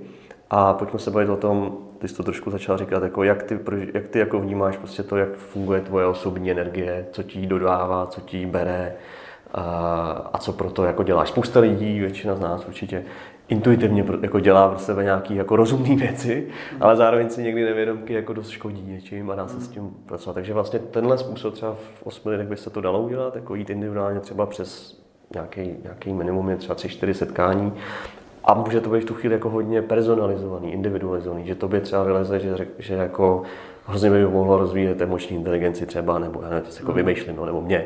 A pojďme se bavit o tom, ty jsi to trošku začal říkat, jako jak ty jako vnímáš prostě to, jak funguje tvoje osobní energie, co ti dodává, co ti bere a co pro to jako děláš. Spousta lidí, většina z nás určitě intuitivně jako dělá pro sebe nějaké jako rozumné věci, ale zároveň si někdy nevědomky jako dost škodí něčím a dá se s tím pracovat. Takže vlastně tenhle způsob třeba v 8 lidech by se to dalo udělat, jako jít individuálně třeba přes nějaký minimum, je třeba 3-4 setkání. A může to být v tu chvíli jako hodně personalizovaný, individualizovaný, že tobě třeba vyleze, že jako hrozně by mohlo rozvíjet emoční inteligenci třeba, nebo já nevím, jako vymýšlím, nebo mě.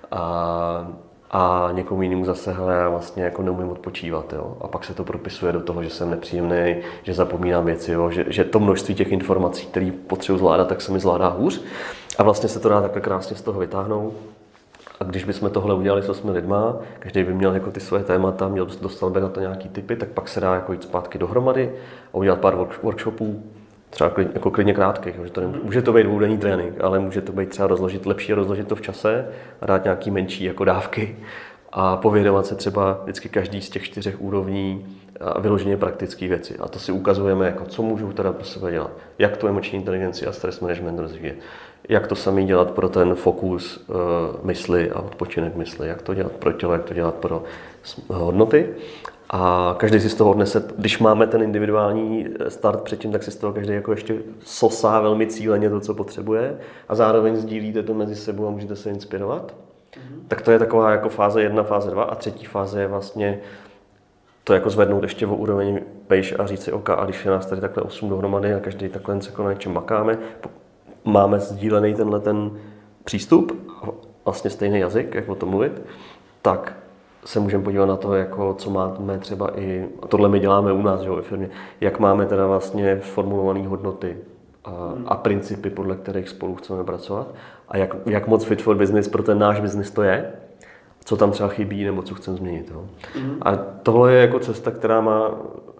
A někomu jinému zase, hele, já vlastně jako neumím odpočívat, jo. A pak se to propisuje do toho, že jsem nepříjemný, že zapomínám věci, jo. Že to množství těch informací, které potřebuji zvládat, tak se mi zvládá hůř. A vlastně se to dá takhle krásně z toho vytáhnout. A když bychom tohle udělali s 8 lidma, každý by měl jako ty své témata, dostal by na to nějaký tipy, tak pak se dá jako jít zpátky dohromady a udělat pár workshopů, třeba jako klidně krátkých. Může to být dvoudenní trénink, ale může to být třeba lepší rozložit to v čase a dát nějaký menší jako dávky a povědomovat se třeba vždycky každý z těch 4 úrovní a vyloženě praktické věci. A to si ukazujeme, jako co můžu teda pro sebe dělat, jak tu emoční inteligenci a stress management rozvíjet, jak to samý dělat pro ten fokus mysli a odpočinek mysli, jak to dělat pro tělo, jak to dělat pro hodnoty. A každý si z toho odnese, když máme ten individuální start předtím, tak si z toho každý jako ještě sosá velmi cíleně to, co potřebuje a zároveň sdílíte to mezi sebou a můžete se inspirovat. Tak to je taková jako fáze 1, fáze 2 a třetí fáze je vlastně to jako zvednout ještě o úroveň vejš a říct si OK, a když je nás tady takhle 8 dohromady a každý takhle jako na něčem makáme, máme sdílený ten přístup, vlastně stejný jazyk, jak o tom mluvit, tak se můžeme podívat na to, jako, co máme třeba i, a tohle my děláme u nás, že, ve firmě, jak máme teda vlastně formulované hodnoty a principy, podle kterých spolu chceme pracovat a jak moc fit for business pro ten náš business to je, co tam třeba chybí nebo co chceme změnit. Jo. A tohle je jako cesta, která má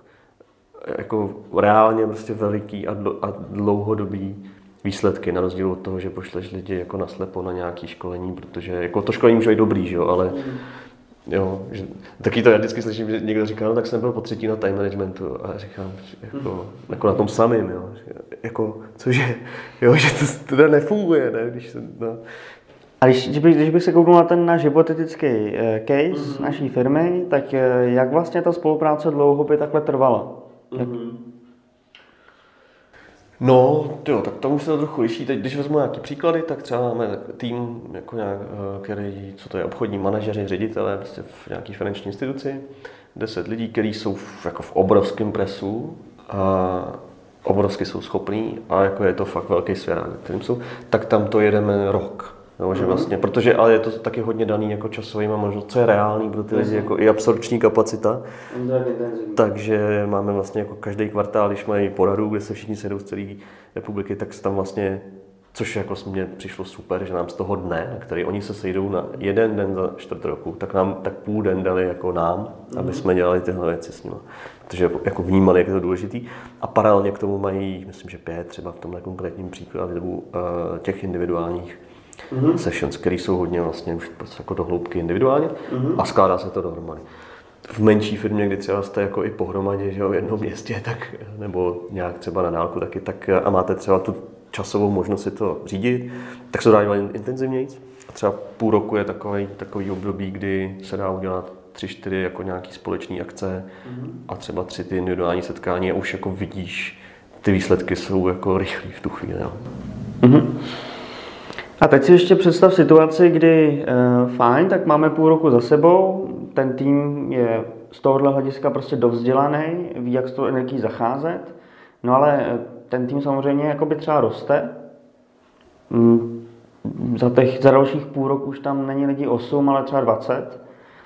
jako reálně prostě veliký a dlouhodobý výsledky, na rozdíl od toho, že pošleš lidi jako naslepo na nějaké školení, protože jako to školení může být dobrý, že jo, ale jo, že, taky to já vždycky slyším, že někdo říká, no tak jsem byl po 3. na time managementu a říkám, jako na tom samým, jo, jako cože, jo, že to teda nefunguje, ne, když jsem, no. A když bych se kouknul na ten náš hypotetický case naší firmy, tak jak vlastně ta spolupráce dlouho by takhle trvala? No, jo, tak tomu se to trochu liší. Teď, když vezmu nějaký příklady, tak třeba máme tým, jako který, co to je, obchodní manažeři, ředitelé prostě v nějaké finanční instituci, 10 lidí, kteří jsou jako v obrovském presu a obrovsky jsou schopní a jako je to fakt velký svěrák, kterým jsou, tak tam to jedeme rok. No, že vlastně, protože, ale je to taky hodně daný jako časovýma možnost, co je reálný pro ty lidi, jako i absorpční kapacita. Takže máme vlastně jako každý kvartál, když mají poradu, kde se všichni sedou z celé republiky, tak se tam vlastně, což jako mně přišlo super, že nám z toho dne, na který oni se sejdou na jeden den za čtvrt roku, tak nám tak půl den dali jako nám, aby jsme dělali tyhle věci s nimi. Protože jako vnímali, jak je to důležitý. A paralelně k tomu mají, myslím, že 5 třeba v tomhle konkrétním příkladu těch individuálních sessions, které jsou hodně vlastně už jako do hloubky individuálně a skládá se to dohromady. V menší firmě, kdy třeba jste jako i pohromadě, že jo, v jednom městě, tak, nebo nějak třeba na dálku taky, tak a máte třeba tu časovou možnost si to řídit, tak se dá dělat intenzivněji. A třeba půl roku je takový období, kdy se dá udělat 3-4 jako nějaký společné akce a třeba 3 ty individuální setkání a už jako vidíš, ty výsledky jsou jako rychlý v tu chvíli. No. A teď si ještě představ situaci, kdy fajn, tak máme půl roku za sebou, ten tým je z tohohle hlediska prostě dovzdělaný, ví, jak s tou energií zacházet, no ale ten tým samozřejmě jakoby třeba roste. Za dalších půl roku už tam není lidí 8, ale třeba 20.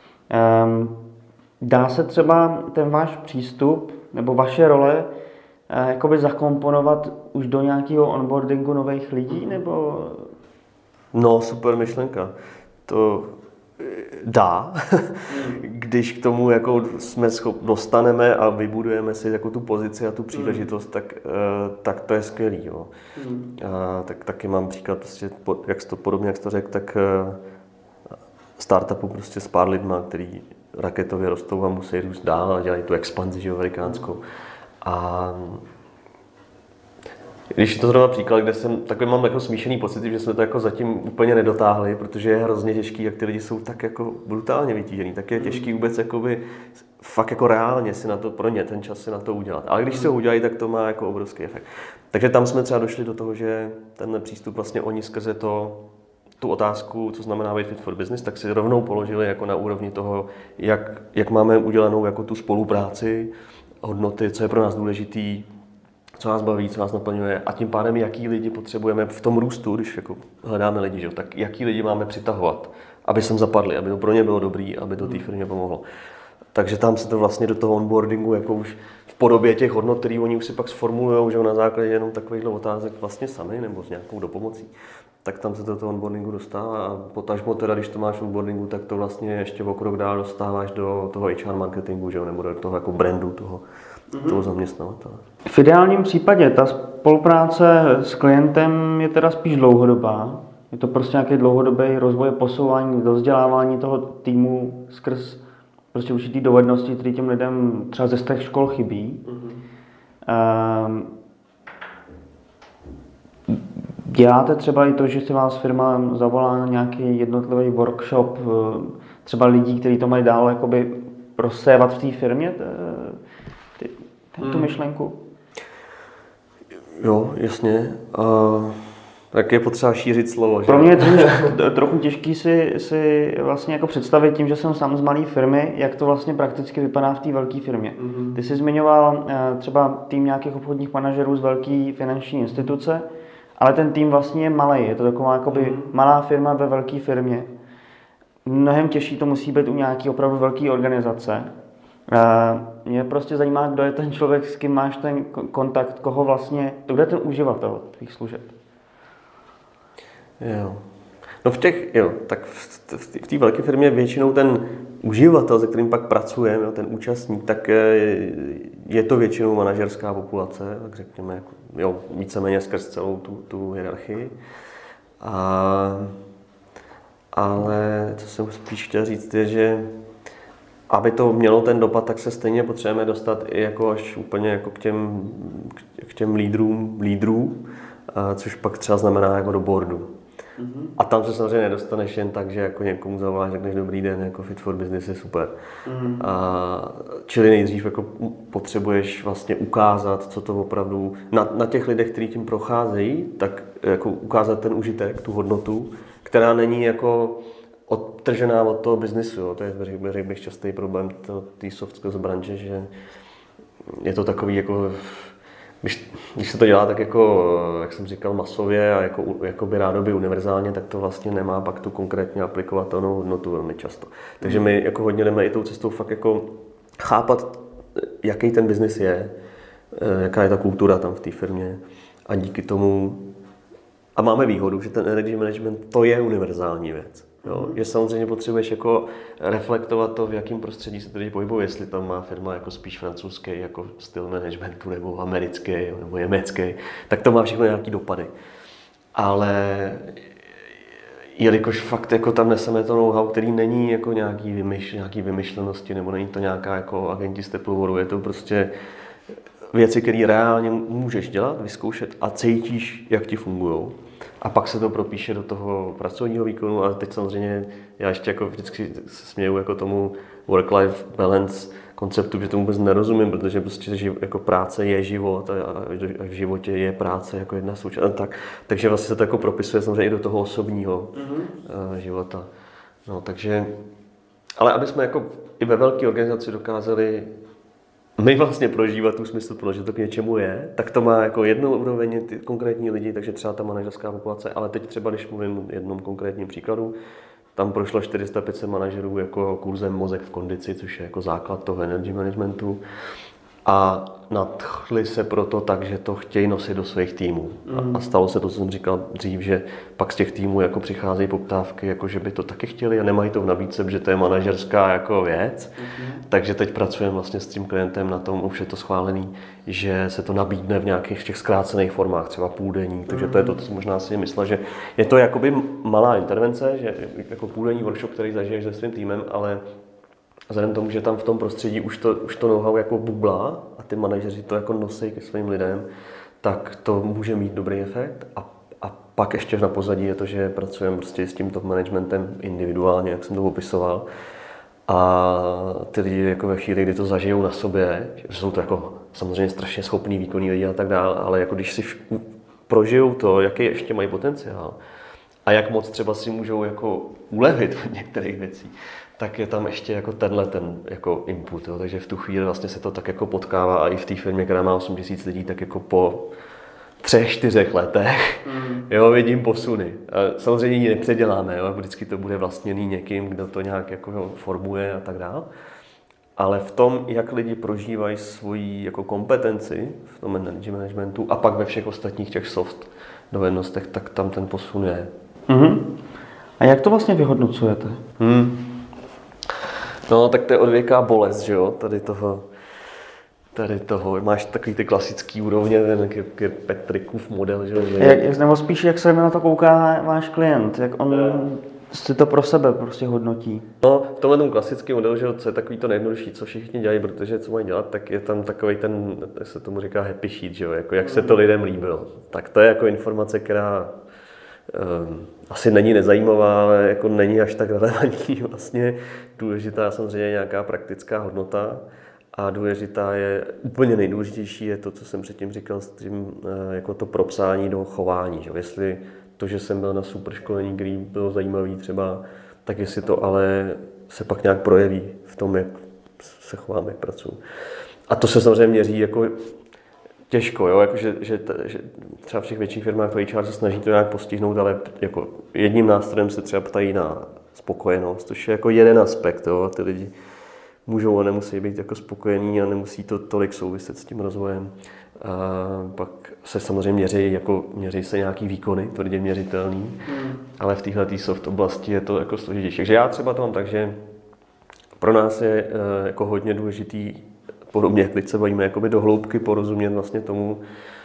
Dá se třeba ten váš přístup nebo vaše role jakoby zakomponovat už do nějakého onboardingu nových lidí, nebo... No, super myšlenka. To dá, když k tomu jako dostaneme a vybudujeme si jako tu pozici a tu příležitost, tak to je skvělý. Jo. Tak taky mám příklad, prostě, podobně jak jsi to řekl, tak startupu prostě s pár lidma, který raketově rostou a musí růst dál a dělají tu expanzi, že jo, velikánskou. A když to zrovna příklad, kde jsem takový mám jako smíšený pocit, že jsme to jako zatím úplně nedotáhli, protože je hrozně těžký, jak ty lidi jsou tak jako brutálně vytížený, tak je těžký vůbec jakoby fakt jako reálně si na to, pro ně ten čas si na to udělat. Ale když se ho udělají, tak to má jako obrovský efekt. Takže tam jsme třeba došli do toho, že tenhle přístup vlastně oni skrze tu otázku, co znamená být fit for business, tak si rovnou položili jako na úrovni toho, jak máme udělanou jako tu spolupráci, hodnoty, co je pro nás důležitý, co nás baví, co nás naplňuje a tím pádem, jaký lidi potřebujeme v tom růstu, když jako hledáme lidi, že? Tak jaký lidi máme přitahovat, aby sem zapadli, aby to pro ně bylo dobrý, aby to té firmě pomohlo. Takže tam se to vlastně do toho onboardingu jako už v podobě těch hodnot, které oni už si pak sformulujou, že na základě jenom takovýchhle otázek vlastně sami nebo s nějakou dopomocí, tak tam se do toho onboardingu dostává a potažmo teda, když to máš v onboardingu, tak to vlastně ještě o krok dál dostáváš do toho HR marketingu, že? Nebo do toho jako brandu toho zaměstnavatele. V ideálním případě ta spolupráce s klientem je teda spíš dlouhodobá. Je to prostě nějaký dlouhodobý rozvoj, posouvání, dovzdělávání toho týmu skrz prostě určitý dovednosti, které těm lidem třeba ze těch škol chybí. Děláte třeba i to, že si vás firma zavolá na nějaký jednotlivý workshop, třeba lidí, kteří to mají dál jakoby rozsévat v té firmě, tu myšlenku? Jo, jasně. Tak je potřeba šířit slovo. Že? Pro mě je trochu těžký si vlastně jako představit tím, že jsem sám z malé firmy, jak to vlastně prakticky vypadá v té velké firmě. Ty jsi zmiňoval třeba tým nějakých obchodních manažerů z velké finanční instituce, ale ten tým vlastně je malý. Je to taková jakoby malá firma ve velké firmě. Mnohem těžší to musí být u nějaké opravdu velké organizace. Mě prostě zajímá, kdo je ten člověk, s kým máš ten kontakt, koho vlastně, kdo je ten uživatel tvých služeb. Jo. No tak v té velké firmě většinou ten uživatel, se kterým pak pracujeme, ten účastník, tak je to většinou manažerská populace, tak řekněme, jo, víceméně skrz celou tu hierarchii. Ale co jsem spíš chtěl říct, je, že aby to mělo ten dopad, tak se stejně potřebujeme dostat i jako až úplně jako k těm lídrů, což pak třeba znamená jako do boardu. A tam se samozřejmě nedostaneš jen tak, že jako někomu zavoláš, řekneš dobrý den, jako fit for business je super. Čili nejdřív jako potřebuješ vlastně ukázat, co to opravdu, na těch lidech, kteří tím procházejí, tak jako ukázat ten užitek, tu hodnotu, která není jako odtržená od toho biznisu. Jo. To je, řekl bych, častý problém té soft skills branže, že je to takový jako, když se to dělá tak jako, jak jsem říkal, masově a jako by rádoby univerzálně, tak to vlastně nemá pak tu konkrétně aplikovatelnou hodnotu velmi často. Takže my jako hodně jdeme i tou cestou fakt jako chápat, jaký ten biznis je, jaká je ta kultura tam v té firmě a díky tomu a máme výhodu, že ten energy management to je univerzální věc. Jo, že samozřejmě potřebuješ jako reflektovat to, v jakém prostředí se tady pohybuje, jestli tam má firma jako spíš francouzský jako styl managementu, nebo americký, nebo německý, tak to má všechno nějaký dopady. Ale jelikož fakt jako tam neseme to know-how, který není jako nějaký vymyšlenosti, nebo není to nějaká jako agenti z teplovodu, je to prostě věci, které reálně můžeš dělat, vyzkoušet a cítíš, jak ti fungujou. A pak se to propíše do toho pracovního výkonu, ale teď samozřejmě já ještě jako vždycky se směju jako tomu work-life balance konceptu, že tomu vůbec nerozumím, protože prostě jako práce je život a v životě je práce jako jedna součást. Takže vlastně se to jako propisuje samozřejmě i do toho osobního života. No, takže, ale aby jsme jako i ve velké organizaci dokázali my vlastně prožívat tu smysluplnost, že to k něčemu je, tak to má jako jednou úroveň ty konkrétní lidi, takže třeba ta manažerská populace, ale teď třeba, když mluvím o jednom konkrétním příkladu, tam prošlo 400-500 manažerů jako kurzem Mozek v kondici, což je jako základ toho energy managementu. A nadchli se proto tak, že to chtějí nosit do svých týmů. A stalo se to, co jsem říkal dřív, že pak z těch týmů jako přicházejí poptávky, jako že by to taky chtěli a nemají to v nabídce, že to je manažerská jako věc. Takže teď pracujeme vlastně s tím klientem na tom, už je to schválený, že se to nabídne v nějakých těch zkrácených formách, třeba půldenní. Takže to je to, co možná si myslel, že je to jakoby malá intervence, že jako půldenní workshop, který zažiješ se svým týmem, ale vzhledem k tomu, že tam v tom prostředí už to know-how jako bublá a ty manažeři to jako nosí ke svým lidem, tak to může mít dobrý efekt. A pak ještě na pozadí je to, že pracujeme prostě s tím top managementem individuálně, jak jsem to popisoval. A ty lidi jako ve chvíli, kdy to zažijou na sobě, že jsou to jako samozřejmě strašně schopný, výkonný lidi a tak dále, ale jako když si prožijou to, jaký ještě mají potenciál a jak moc třeba si můžou jako ulevit od některých věcí, tak je tam ještě jako tenhle ten jako input. Jo. Takže v tu chvíli vlastně se to tak jako potkává a i v té firmě, která má 8 000 lidí, tak jako po 3-4 letech jo, vidím posuny. A samozřejmě ji nepředěláme, jo. Vždycky to bude vlastněný někým, kdo to nějak jako formuje a tak dále. Ale v tom, jak lidi prožívají svoji jako kompetenci v tom managementu a pak ve všech ostatních těch soft dovednostech, tak tam ten posun je. A jak to vlastně vyhodnocujete? No, tak to je odvěká bolest, že jo, tady toho. Máš takový ty klasický úrovně, ten Petrikův model, že jo. Nebo spíš, jak se na to kouká váš klient, jak on si to pro sebe prostě hodnotí? No, v tomhle tom klasický model, že jo, co je takový to nejjednodušší, co všichni dělají, protože co mají dělat, tak je tam takový ten, jak se tomu říká happy sheet, že jo, jako jak se to lidem líbilo. Tak to je jako informace, která asi není nezajímavá, ale jako není až tak relevantní vlastně. Důležitá samozřejmě nějaká praktická hodnota a důležitá je, úplně nejdůležitější je to, co jsem předtím říkal s tím, jako to propsání do chování. Že? Jestli to, že jsem byl na super školení, který bylo zajímavý třeba, tak jestli to ale se pak nějak projeví v tom, jak se chovám, jak pracuji. A to se samozřejmě měří jako těžko, jo? Jako, že třeba v těch větších firmách to HR se snaží to nějak postihnout, ale jako jedním nástrojem se třeba ptají na spokojenost, což je jako jeden aspekt, jo? Ty lidi můžou a nemusí být jako spokojení a nemusí to tolik souviset s tím rozvojem. A pak se samozřejmě měří se nějaký výkony, tvrdě měřitelný, ale v této soft oblasti je to jako složitější. Takže já třeba to mám tak, že pro nás je jako hodně důležitý, podobně jak teď se bavíme, jakoby do hloubky porozumět vlastně tomu,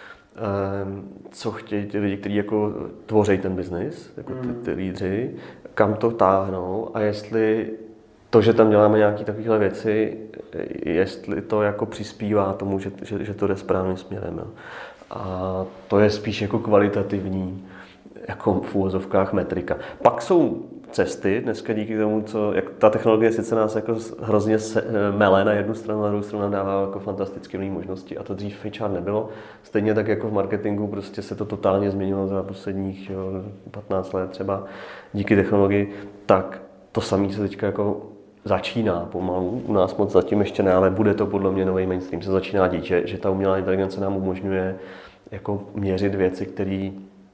co chtějí ty lidi, kteří jako tvoří ten biznis, jako ty lídři, kam to táhnou a jestli to, že tam děláme nějaké takovéhle věci, jestli to jako přispívá tomu, že to jde správným směrem. Jo. A to je spíš jako kvalitativní, jako v úvozovkách metrika. Pak jsou cesty, dneska díky tomu, jak ta technologie sice nás jako hrozně mele na jednu stranu, na druhou stranu dává jako fantastické nové možnosti a to dřív v HR nebylo. Stejně tak jako v marketingu prostě se to totálně změnilo za posledních 15 let třeba díky technologii, tak to samé se teďka jako začíná pomalu, u nás moc zatím ještě ne, ale bude to podle mě nový mainstream, se začíná dít, že ta umělá inteligence nám umožňuje jako měřit věci, které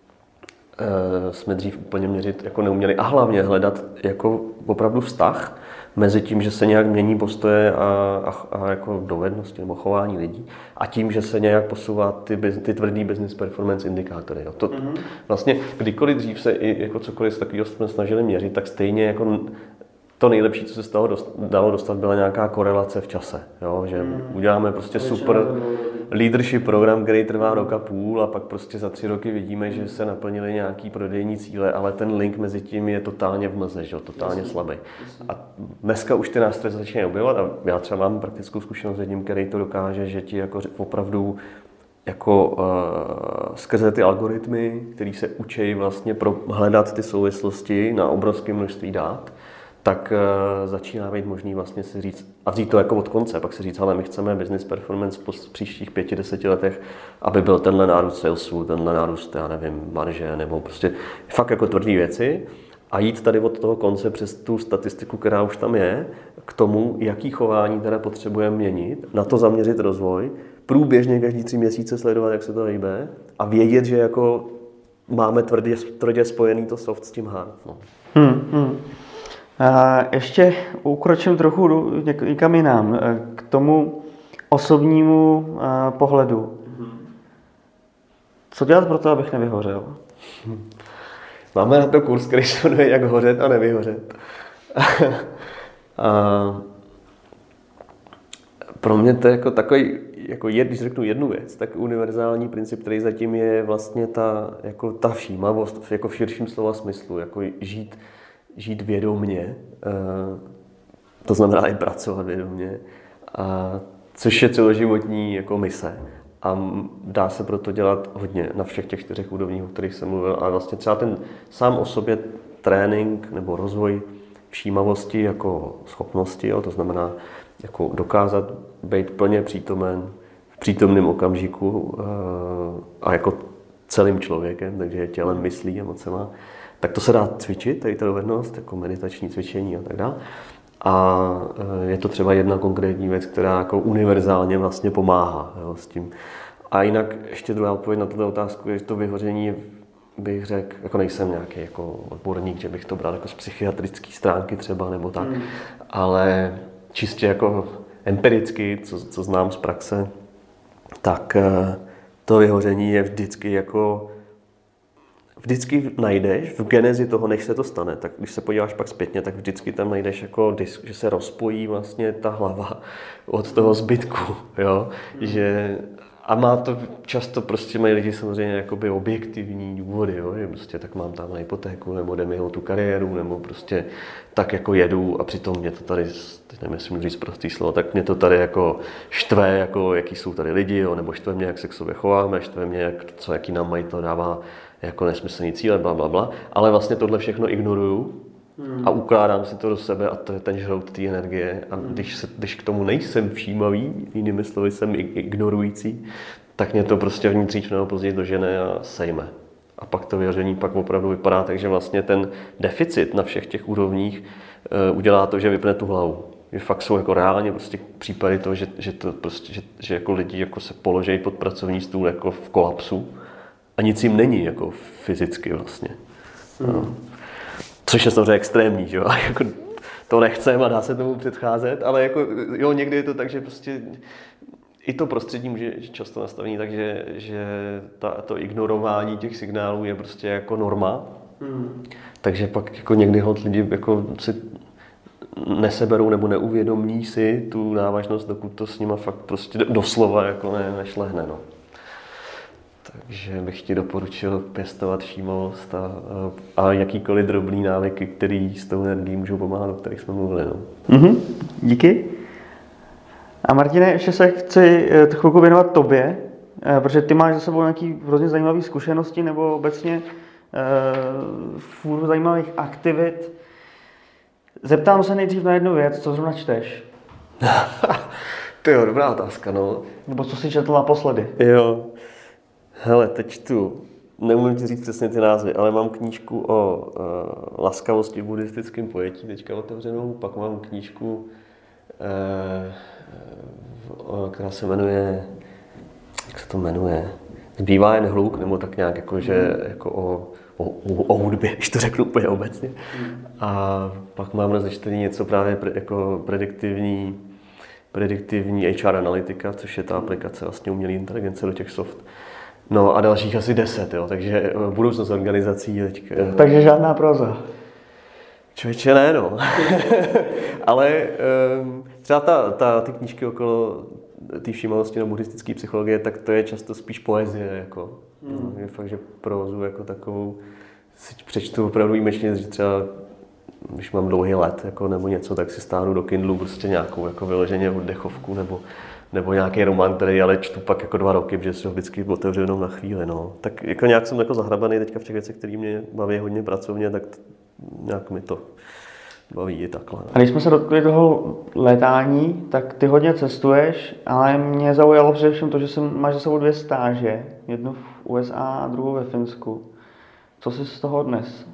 jsme dřív úplně měřit jako neuměli a hlavně hledat jako opravdu vztah mezi tím, že se nějak mění postoje a jako dovednosti nebo chování lidí a tím, že se nějak posouvá ty tvrdý business performance indikátory. Jo. To, vlastně kdykoliv dřív se i jako cokoliv takového jsme snažili měřit, tak stejně jako to nejlepší, co se z toho dalo dostat, byla nějaká korelace v čase. Jo? Že uděláme prostě super leadership program, který trvá rok a půl a pak prostě za 3 roky vidíme, že se naplnily nějaký prodejní cíle, ale ten link mezi tím je totálně v mlze, že? Totálně slabý. A dneska už ty nástroje se začínají objevovat a já třeba mám praktickou zkušenost s jedním, který to dokáže, že ti jako opravdu jako skrze ty algoritmy, který se učí vlastně hledat ty souvislosti na obrovské množství dat, tak začíná být možný vlastně si říct, a vzít to jako od konce, pak si říct, ale my chceme business performance v příštích 5-10 letech, aby byl tenhle nárůst salesu, tenhle nárůst, já nevím, marže, nebo prostě fakt jako tvrdý věci a jít tady od toho konce přes tu statistiku, která už tam je, k tomu, jaký chování teda potřebujeme měnit, na to zaměřit rozvoj, průběžně každý 3 měsíce sledovat, jak se to hejbe a vědět, že jako máme tvrdě spojený to soft s tím hard. No. Ještě ukročím trochu někam jinam, k tomu osobnímu pohledu. Co dělat pro to, abych nevyhořel? Máme na to kurz, který se jmenuje Jak hořet a nevyhořet. Pro mě to je jako takový, jako když řeknu jednu věc, tak univerzální princip, který zatím je vlastně ta všímavost, jako v širším slova smyslu, jako žít vědomně To znamená i pracovat vědomě, a což je celoživotní jako mise. A dá se proto dělat hodně na všech těch 4 úrovních, o kterých jsem mluvil. A vlastně třeba ten sám o sobě trénink nebo rozvoj všímavosti jako schopnosti, jo, to znamená jako dokázat být plně přítomen v přítomném okamžiku a jako celým člověkem, takže tělem, myslí, emocema, tak to se dá cvičit, tady ta dovednost, jako meditační cvičení a tak dále. A je to třeba jedna konkrétní věc, která jako univerzálně vlastně pomáhá, jo, s tím. A jinak ještě druhá odpověď na tuto otázku je, že to vyhoření, bych řekl, jako nejsem nějaký jako odborník, že bych to bral jako z psychiatrické stránky třeba nebo tak, ale čistě jako empiricky, co znám z praxe, tak to vyhoření je vždycky jako vždycky najdeš v genezi toho, než se to stane, tak když se podíváš pak zpětně, tak vždycky tam najdeš jako disk, že se rozpojí vlastně ta hlava od toho zbytku, jo, že a má to často prostě mají lidi samozřejmě jakoby objektivní důvody, jo, že prostě tak mám tam na hypotéku, nebo jde mi o tu kariéru, nebo prostě tak jako jedu a přitom mě to tady, teď nevím, jestli můžu říct prostý slovo, tak mě to tady jako štve, jako jaký jsou tady lidi, jo, nebo štve mě, jak se k sobě chováme, štve mě, jaký nám mají to dává jako nesmyslný cíle, blablabla, ale vlastně tohle všechno ignoruju a ukládám si to do sebe a to je ten žrout té energie a když k tomu nejsem všímavý, jinými slovy jsem ignorující, tak mě to prostě vnitř nebo později dožene a sejme. A pak to vyhoření pak opravdu vypadá tak, že vlastně ten deficit na všech těch úrovních udělá to, že vypne tu hlavu. Že fakt jsou jako reálně prostě případy toho, že jako lidi jako se položí pod pracovní stůl jako v kolapsu a nic jim není jako fyzicky vlastně. No. Což je samozřejmě extrémní, že jo? Jako to nechcem a dá se tomu předcházet, ale jako, jo, někdy je to tak, že prostě i to prostředí může často nastavení tak, že to ignorování těch signálů je prostě jako norma. Takže pak jako někdy lidi jako si neseberou nebo neuvědomí si tu návažnost, dokud to s nima fakt prostě doslova jako nešlehne. No. Takže bych ti doporučil pěstovat všímavost a jakýkoliv drobný návyky, který s tou energií můžou pomáhat, o kterých jsme mluvili. No. Díky. A Martine, ještě se chci chvilku věnovat tobě, protože ty máš za sebou nějaký hrozně zajímavé zkušenosti nebo obecně fůru zajímavých aktivit. Zeptám se nejdřív na jednu věc, co zrovna čteš? To je dobrá otázka, no. Nebo co jsi četl naposledy? Jo. Hele, teď čtu, nemůžu ti říct přesně ty názvy, ale mám knížku o laskavosti v buddhistickém pojetí, teďka otevřenou, pak mám knížku, která se jmenuje, jak se to jmenuje, Zbývá jen hluk, nebo tak nějak jako, že, jako o hudbě, když to řeknu úplně obecně. A pak mám rozečtený něco právě jako prediktivní HR analytika, což je ta aplikace vlastně umělé inteligence do těch soft. No a dalších asi 10, jo, takže budoucnost organizací teďka. Takže žádná próza. Člověče, ne, no. Ale třeba ty knížky okolo té všímavosti nebo buddhistické psychologie, tak to je často spíš poezie, jako. Je fakt, že prózu jako takovou si přečtu opravdu výjimečně, že třeba když mám dlouhý let jako, nebo něco, tak si stáhnu do Kindlu prostě nějakou jako vyloženě oddechovku nebo nějaký román, který ale čtu pak jako 2 roky, protože si ho vždycky otevřu jenom na chvíli. No. Tak jako nějak jsem jako zahrabaný teďka v těch věcech, které mě baví hodně pracovně, tak nějak mi to baví i takhle. A když jsme se dotkli toho létání, tak ty hodně cestuješ, ale mě zaujalo především to, že máš za sebou 2 stáže, jednu v USA a druhou ve Finsku. Co jsi z toho odnes?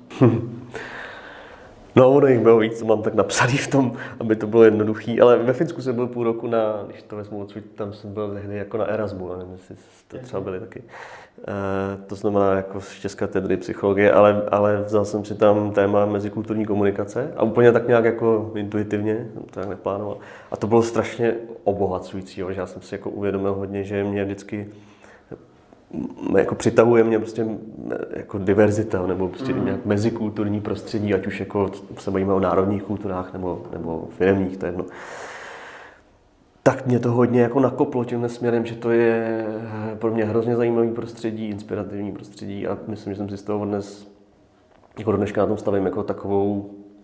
No, ono jich bylo víc, co mám tak napsaný v tom, aby to bylo jednoduchý, ale ve Finsku jsem byl půl roku když to vezmu odsud, tam jsem byl tehdy jako na Erasmu, nevím, jestli to třeba byli taky. To znamená jako z české katedry psychologie, ale vzal jsem si tam téma mezikulturní komunikace a úplně tak nějak jako intuitivně, jsem to tak neplánoval. A to bylo strašně obohacující, že já jsem si jako uvědomil hodně, že mě vždycky jako přitahuje mě prostě jako diverzita nebo prostě nějak mezikulturní prostředí, ať už jako se bavíme o národních kulturách nebo firemních, to je jedno. Tak mě to hodně jako nakoplo tímhle směrem, že to je pro mě hrozně zajímavý prostředí, inspirativní prostředí a myslím, že jsem si z toho odnes, jako do dneška na tom stavím jako takovou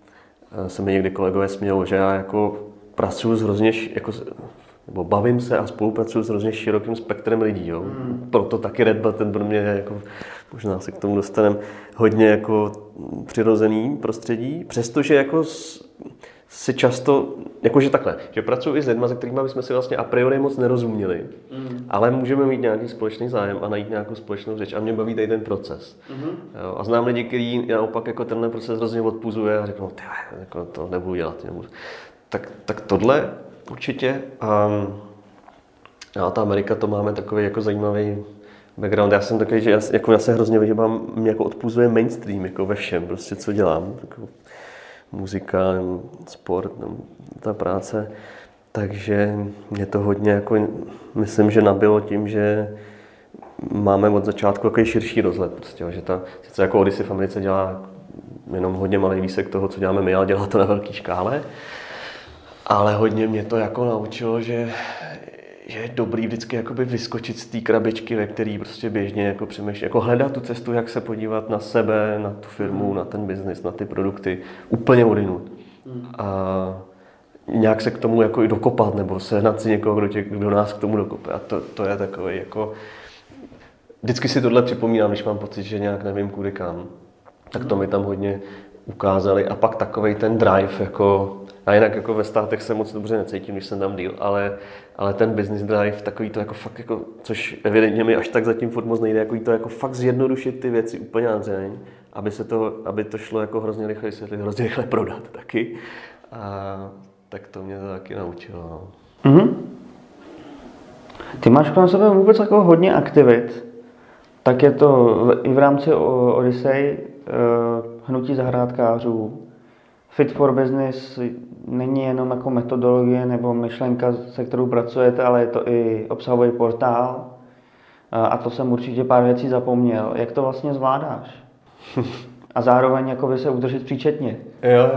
se mi někdy kolegové smějou, že já jako pracuji s hrozně, jako, nebo bavím se a spolupracuji s hrozně širokým spektrem lidí. Jo. Proto taky Red Button pro mě je, jako, možná se k tomu dostaneme, hodně jako přirozený prostředí, přestože jako si často, jakože takhle, že pracuji i s lidmi, se kterými bychom si vlastně a priori moc nerozuměli, ale můžeme mít nějaký společný zájem a najít nějakou společnou řeč a mě baví tady ten proces. Jo, a znám lidi, kteří naopak jako tenhle proces hrozně odpuzuje a řeknou, jako to nebudu dělat. Nebudu. Tak tohle určitě. A ta Amerika, to máme takový jako zajímavý background. Já jsem takový, že já se hrozně vyhýbám, mě jako odpuzuje mainstream jako ve všem, prostě co dělám. Jako muzika, sport, ta práce. Takže mě to hodně jako, myslím, že nabilo tím, že máme od začátku takový širší rozhled. Prostě, že sice jako Odyssey v Americe dělá jenom hodně malý výsek toho, co děláme my, ale dělá to na velké škále. Ale hodně mě to jako naučilo, že je dobrý vždycky jakoby vyskočit z té krabičky, ve který prostě běžně jako přemýšlím, jako hledat tu cestu, jak se podívat na sebe, na tu firmu, na ten biznis, na ty produkty, úplně odinut. A nějak se k tomu jako i dokopat, nebo sehnat si někoho, kdo nás k tomu dokope. A to je takový jako... Vždycky si tohle připomínám, když mám pocit, že nějak nevím kudy kam. Tak to mi tam hodně ukázali. A pak takovej ten drive, jako... A jinak jako ve státech se moc dobře necítím, když jsem tam díl, ale ten business drive, takový to jako fakt jako, což evidentně mi až tak zatím furt moc nejde, jako to jako fakt zjednodušit ty věci úplně na dřeň, aby to šlo jako hrozně rychle vysvětlit, hrozně rychle prodat taky. A tak to mě to taky naučilo. No. Mm-hmm. Ty máš kolem sebe vůbec jako hodně aktivit, tak je to i v rámci Odyssey, hnutí zahrádkářů. Fit for Business není jenom jako metodologie nebo myšlenka, se kterou pracujete, ale je to i obsahový portál. A to jsem určitě pár věcí zapomněl. Jak to vlastně zvládáš? A zároveň jakoby se udržet příčetně. Jo.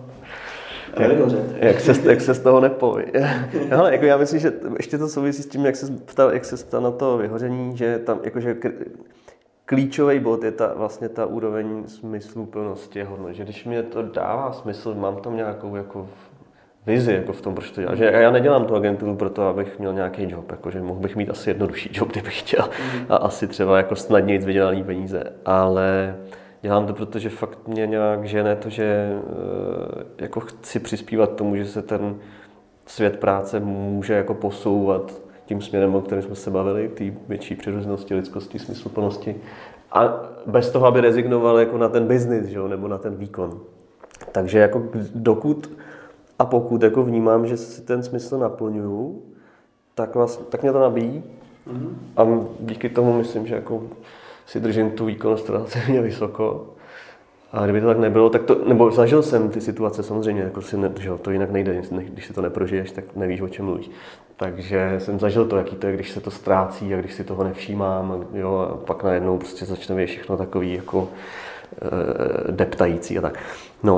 Jak se z toho nepoví. Ale jako já myslím, že ještě to souvisí s tím, jak se ptal na to vyhoření, že tam jakože klíčový bod je vlastně ta úroveň smysluplnosti hodnot, že když mě to dává smysl, mám tam nějakou jako vizi jako v tom, proč to dělám. Že já nedělám tu agenturu proto, abych měl nějaký job, jakože mohl bych mít asi jednodušší job, kdybych chtěl a asi třeba jako snadněji vydělaný peníze, ale dělám to, protože fakt mě nějak žene to, že jako chci přispívat tomu, že se ten svět práce může jako posouvat tím směrem, o kterém jsme se bavili, té větší přirozenosti, lidskosti, smysluplnosti. A bez toho, aby rezignoval jako na ten biznis, že jo, nebo na ten výkon. Takže jako dokud a pokud jako vnímám, že si ten smysl naplňuju, tak mě to nabíjí. A díky tomu myslím, že jako si držím tu výkonnost relativně vysoko. A kdyby to tak nebylo, tak to, nebo zažil jsem ty situace samozřejmě, jako že to jinak nejde, když si to neprožiješ, tak nevíš, o čem mluvíš. Takže jsem zažil to, jaký to je, když se to ztrácí a když si toho nevšímám, jo, a pak najednou prostě začne být všechno takový jako deptající a tak. No,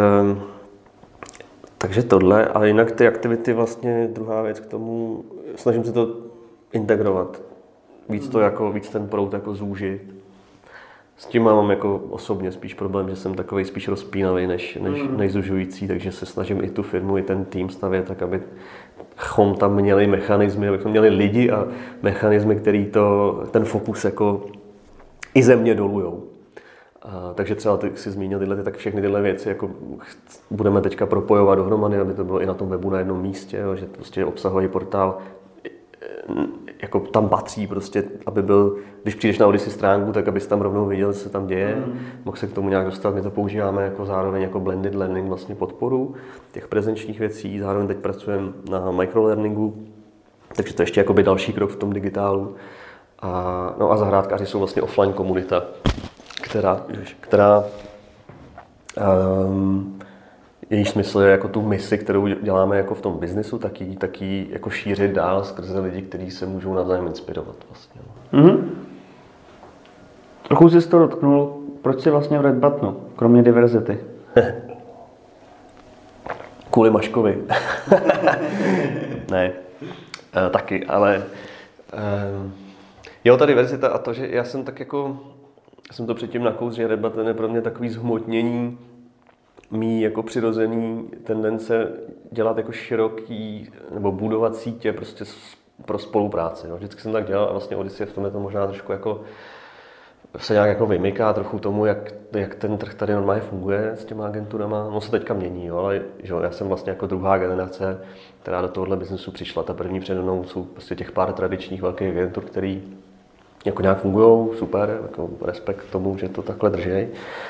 takže tohle, a jinak ty aktivity vlastně, druhá věc k tomu, snažím se to integrovat, víc ten proud jako zúžit. S tím mám jako osobně spíš problém, že jsem takovej spíš rozpínavý než zužující, takže se snažím i tu firmu, i ten tým stavět tak, abychom tam měli mechanismy, abychom měli lidi a mechanismy, který ten fokus jako i ze mě dolujou. Takže třeba ty si zmínil tak všechny tyhle věci jako budeme teďka propojovat dohromady, aby to bylo i na tom webu na jednom místě, jo, že prostě obsahový portál jako tam patří prostě, aby byl, když přijdeš na Odyssey stránku, tak abys tam rovnou viděl, co se tam děje, mohl se k tomu nějak dostat. My to používáme jako zároveň jako blended learning vlastně podporu těch prezenčních věcí, zároveň teď pracujeme na microlearningu, takže to je ještě jakoby další krok v tom digitálu. A zahrádkáři jsou vlastně offline komunita, která jejíž smysl je jako tu misi, kterou děláme jako v tom biznesu, taky jako šířit dál skrze lidi, kteří se můžou navzájem inspirovat vlastně. Trochu jsi to dotknul, proč jsi vlastně v Red Buttonu, kromě diverzity? Kvůli Maškovi. Ne, taky, ale jo, ta diverzita a to, že já jsem tak jako, jsem to předtím nakous, že Red Button je pro mě takový zhmotnění mý jako přirozený tendence dělat jako široký nebo budovat sítě prostě pro spolupráci. No. Vždycky jsem tak dělal a vlastně Odyssey v tom je to možná trošku jako se nějak jako vymyká trochu tomu, jak ten trh tady normálně funguje s těma agenturama. On se teďka mění, jo, ale že já jsem vlastně jako druhá generace, která do tohohle biznesu přišla. Ta první přede mnou jsou prostě těch pár tradičních velkých agentur, který jako nějak fungují, super, jako respekt k tomu, že to takhle drží.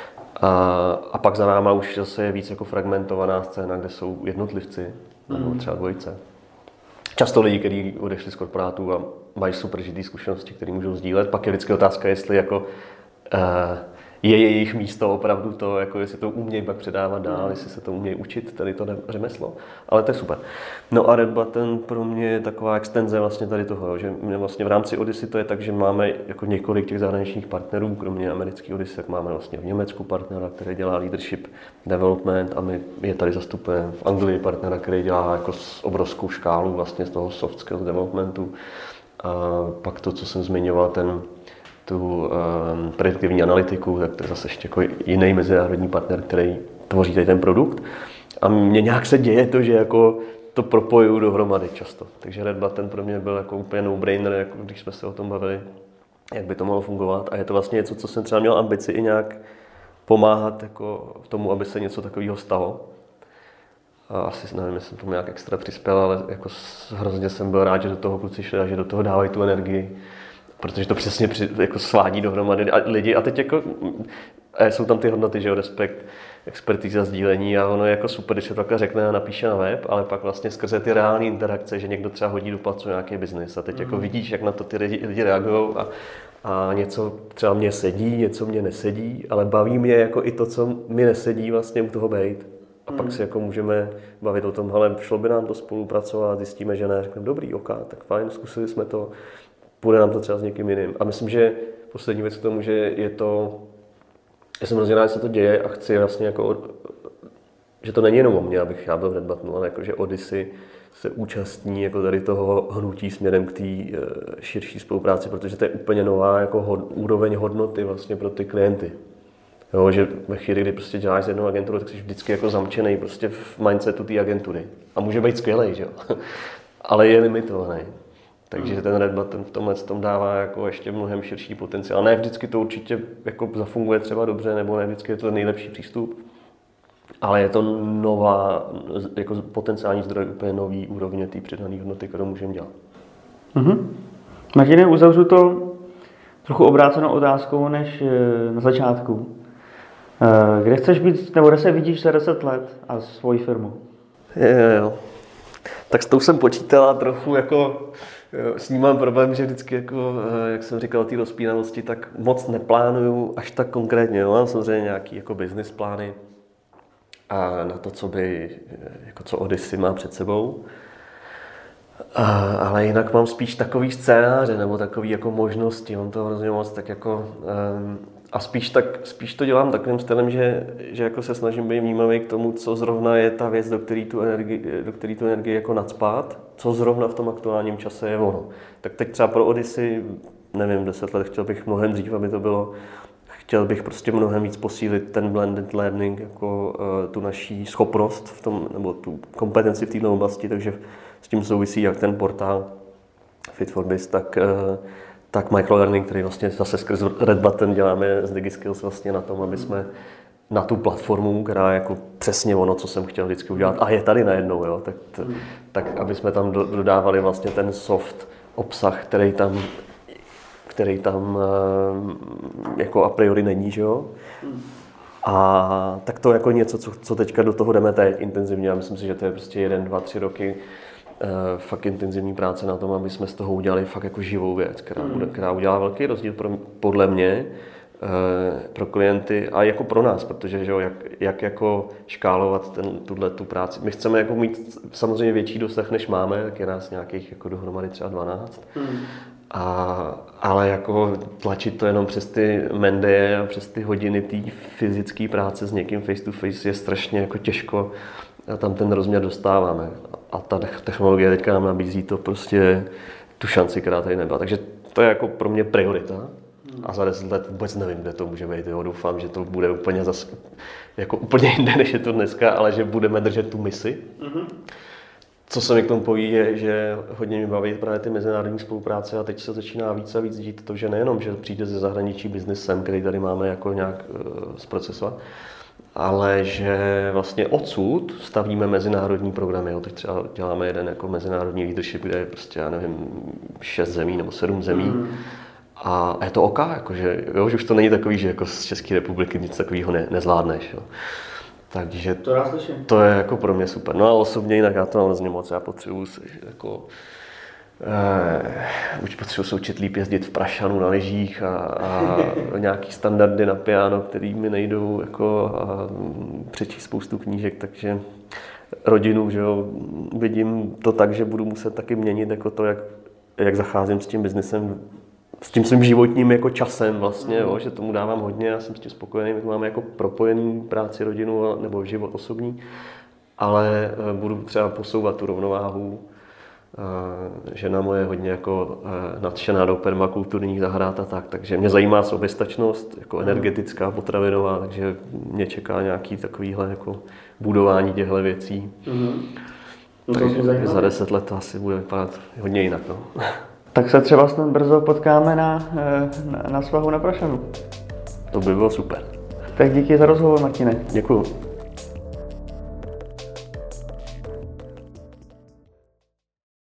A pak za náma už zase je víc jako fragmentovaná scéna, kde jsou jednotlivci, nebo třeba dvojice. Často lidi, kteří odešli z korporátů a mají super žitý zkušenosti, které můžou sdílet. Pak je vždycky otázka, jestli jako, je jejich místo opravdu to, jako jestli to umějí pak předávat dál, jestli se to umějí učit, tady to řemeslo. Ale to je super. No a Red Button pro mě je taková extenze vlastně tady toho, že mě vlastně v rámci Odyssey to je tak, že máme jako několik těch zahraničních partnerů, kromě amerických Odyssey, tak máme vlastně v Německu partnera, který dělá leadership development a my je tady zastupujeme v Anglii partnera, který dělá jako obrovskou škálu vlastně z toho soft skills developmentu. A pak to, co jsem zmiňoval, tu prediktivní analytiku, tak to je zase ještě jako jiný mezinárodní partner, který tvoří tady ten produkt. A mně nějak se děje to, že jako to propojuju dohromady často. Takže Red Button pro mě byl jako úplně no-brainer, jako když jsme se o tom bavili, jak by to mohlo fungovat. A je to vlastně něco, co jsem třeba měl ambici i nějak pomáhat jako v tomu, aby se něco takového stalo. A asi nevím, jestli jsem tomu nějak extra přispěl, ale jako hrozně jsem byl rád, že do toho kluci šli a že do toho dávají tu energii. Protože to přesně jako svádí dohromady lidi. A teď jako jsou tam ty hodnoty, že jo, respekt, expertíza, sdílení a ono je jako super, když se takhle řekne a napíše na web, ale pak vlastně skrze ty reální interakce, že někdo třeba hodí do placu nějaký biznis a teď jako vidíš, jak na to ty lidi reagují a něco třeba mě sedí, něco mě nesedí, ale baví mě jako i to, co mi nesedí vlastně u toho bejt. A pak si jako můžeme bavit o tom, hele, šlo by nám to spolupracovat, zjistíme, že ne, řekneme, dobrý, ok, tak fajn, zkusili jsme to, půjde nám to třeba s někým jiným. A myslím, že poslední věc k tomu, že je to, já jsem hrozně rád, že se to děje a chci vlastně jako, že to není jenom o mě, abych já byl v Red Buttonu, ale jako, že Odyssey se účastní jako tady toho hnutí směrem k té širší spolupráci, protože to je úplně nová jako úroveň hodnoty vlastně pro ty klienty. Jo, že ve chvíli, kdy prostě děláš s jednou agenturu, tak jsi vždycky jako zamčený prostě v mindsetu té agentury. A může být skvělej, že jo? Ale je limitovaný. Takže ten Red Button v tomhle tom dává jako ještě mnohem širší potenciál. Ne vždycky to určitě jako zafunguje třeba dobře, nebo ne vždycky je to nejlepší přístup, ale je to nová, jako potenciální zdroj úplně nový úrovně té přidané hodnoty, kterou můžeme dělat. Martine, uzavřu to trochu obrácenou otázkou než na začátku. Kde chceš být, nebo kde se vidíš za 10 let a svoji firmu? Jo. Tak s tou jsem počítala trochu jako, s ním mám problém, že vždycky jako, jak jsem říkal, té rozpínavosti, tak moc neplánuju až tak konkrétně. Mám samozřejmě nějaký jako business plány a na to, co Odyssey má před sebou. Ale jinak mám spíš takový scénáře nebo takový jako možnosti, mám to hrozně moc, tak jako a spíš to dělám takovým stylem, že jako se snažím být vnímavý k tomu, co zrovna je ta věc, do který tu energii jako nacpát, co zrovna v tom aktuálním čase je ono. Tak teď třeba pro Odyssey, nevím, 10 let, chtěl bych mnohem dřív, aby to bylo, chtěl bych prostě mnohem víc posílit ten blended learning, jako tu naší schopnost v tom, nebo tu kompetenci v této oblasti, takže s tím souvisí jak ten portál Fit for Biz, tak microlearning, který vlastně zase skrz Red Button děláme z DigiSkills vlastně na tom, aby jsme na tu platformu, která je jako přesně ono, co jsem chtěl vždycky udělat a je tady najednou, jo, tak aby jsme tam dodávali vlastně ten soft obsah, který tam jako a priori není, že jo. A tak to jako něco, co teďka do toho jdeme teď intenzivně. Já myslím si, že to je prostě 1, 2, 3 roky fakt intenzivní práce na tom, aby jsme z toho udělali fakt jako živou věc, která udělá velký rozdíl podle mě pro klienty a jako pro nás, protože že jo, jak jako škálovat tu práci. My chceme jako mít samozřejmě větší dosah, než máme, tak je nás nějakých jako dohromady třeba 12. Ale jako tlačit to jenom přes ty mendeje a přes ty hodiny té fyzické práce s někým face to face je strašně jako těžko a tam ten rozměr dostáváme. A ta technologie teďka nám nabízí to prostě tu šanci, která tady nebyla. Takže to je jako pro mě priorita. A za 10 let vůbec nevím, kde to může být. Jo. Doufám, že to bude úplně zase jako úplně jinde, než je to dneska, ale že budeme držet tu misi. Co se mi k tomu poví, je, že hodně mi baví právě ty mezinárodní spolupráce a teď se začíná víc a víc dít to, že nejenom, že přijde ze zahraničí biznis sem, který tady máme jako nějak zprocesovat, ale že vlastně odsud stavíme mezinárodní programy. Jo. Teď třeba děláme jeden jako mezinárodní leadership, kde je prostě, já nevím, 6 zemí nebo 7 zemí. A je to OK, jakože, jo, že už to není takový, že jako z České republiky nic takového nezvládneš. Jo. Takže to je jako pro mě super. No a osobně jinak já to mám hrozně moc. Já potřebuji jako, už potřebuji se učit líp jezdit v prašanu na lyžích a nějaký standardy na piano, který mi nejdou, jako, a přečíst spoustu knížek, takže rodinu, že jo, vidím to tak, že budu muset taky měnit jako to, jak zacházím s tím biznesem, s tím svým životním jako časem vlastně, jo, že tomu dávám hodně, já jsem s tím spokojený, my máme jako propojený práci, rodinu nebo život osobní, ale budu třeba posouvat tu rovnováhu. Žena moje je hodně jako nadšená do permakulturních zahrad a tak, takže mě zajímá soběstačnost, jako energetická, potravinová, takže mě čeká nějaký takovýhle jako budování těchto věcí. Takže za 10 let to asi bude vypadat hodně jinak. No. Tak se třeba snad brzo potkáme na svahu na Prašanu. To by bylo super. Tak díky za rozhovor, Martine. Děkuju.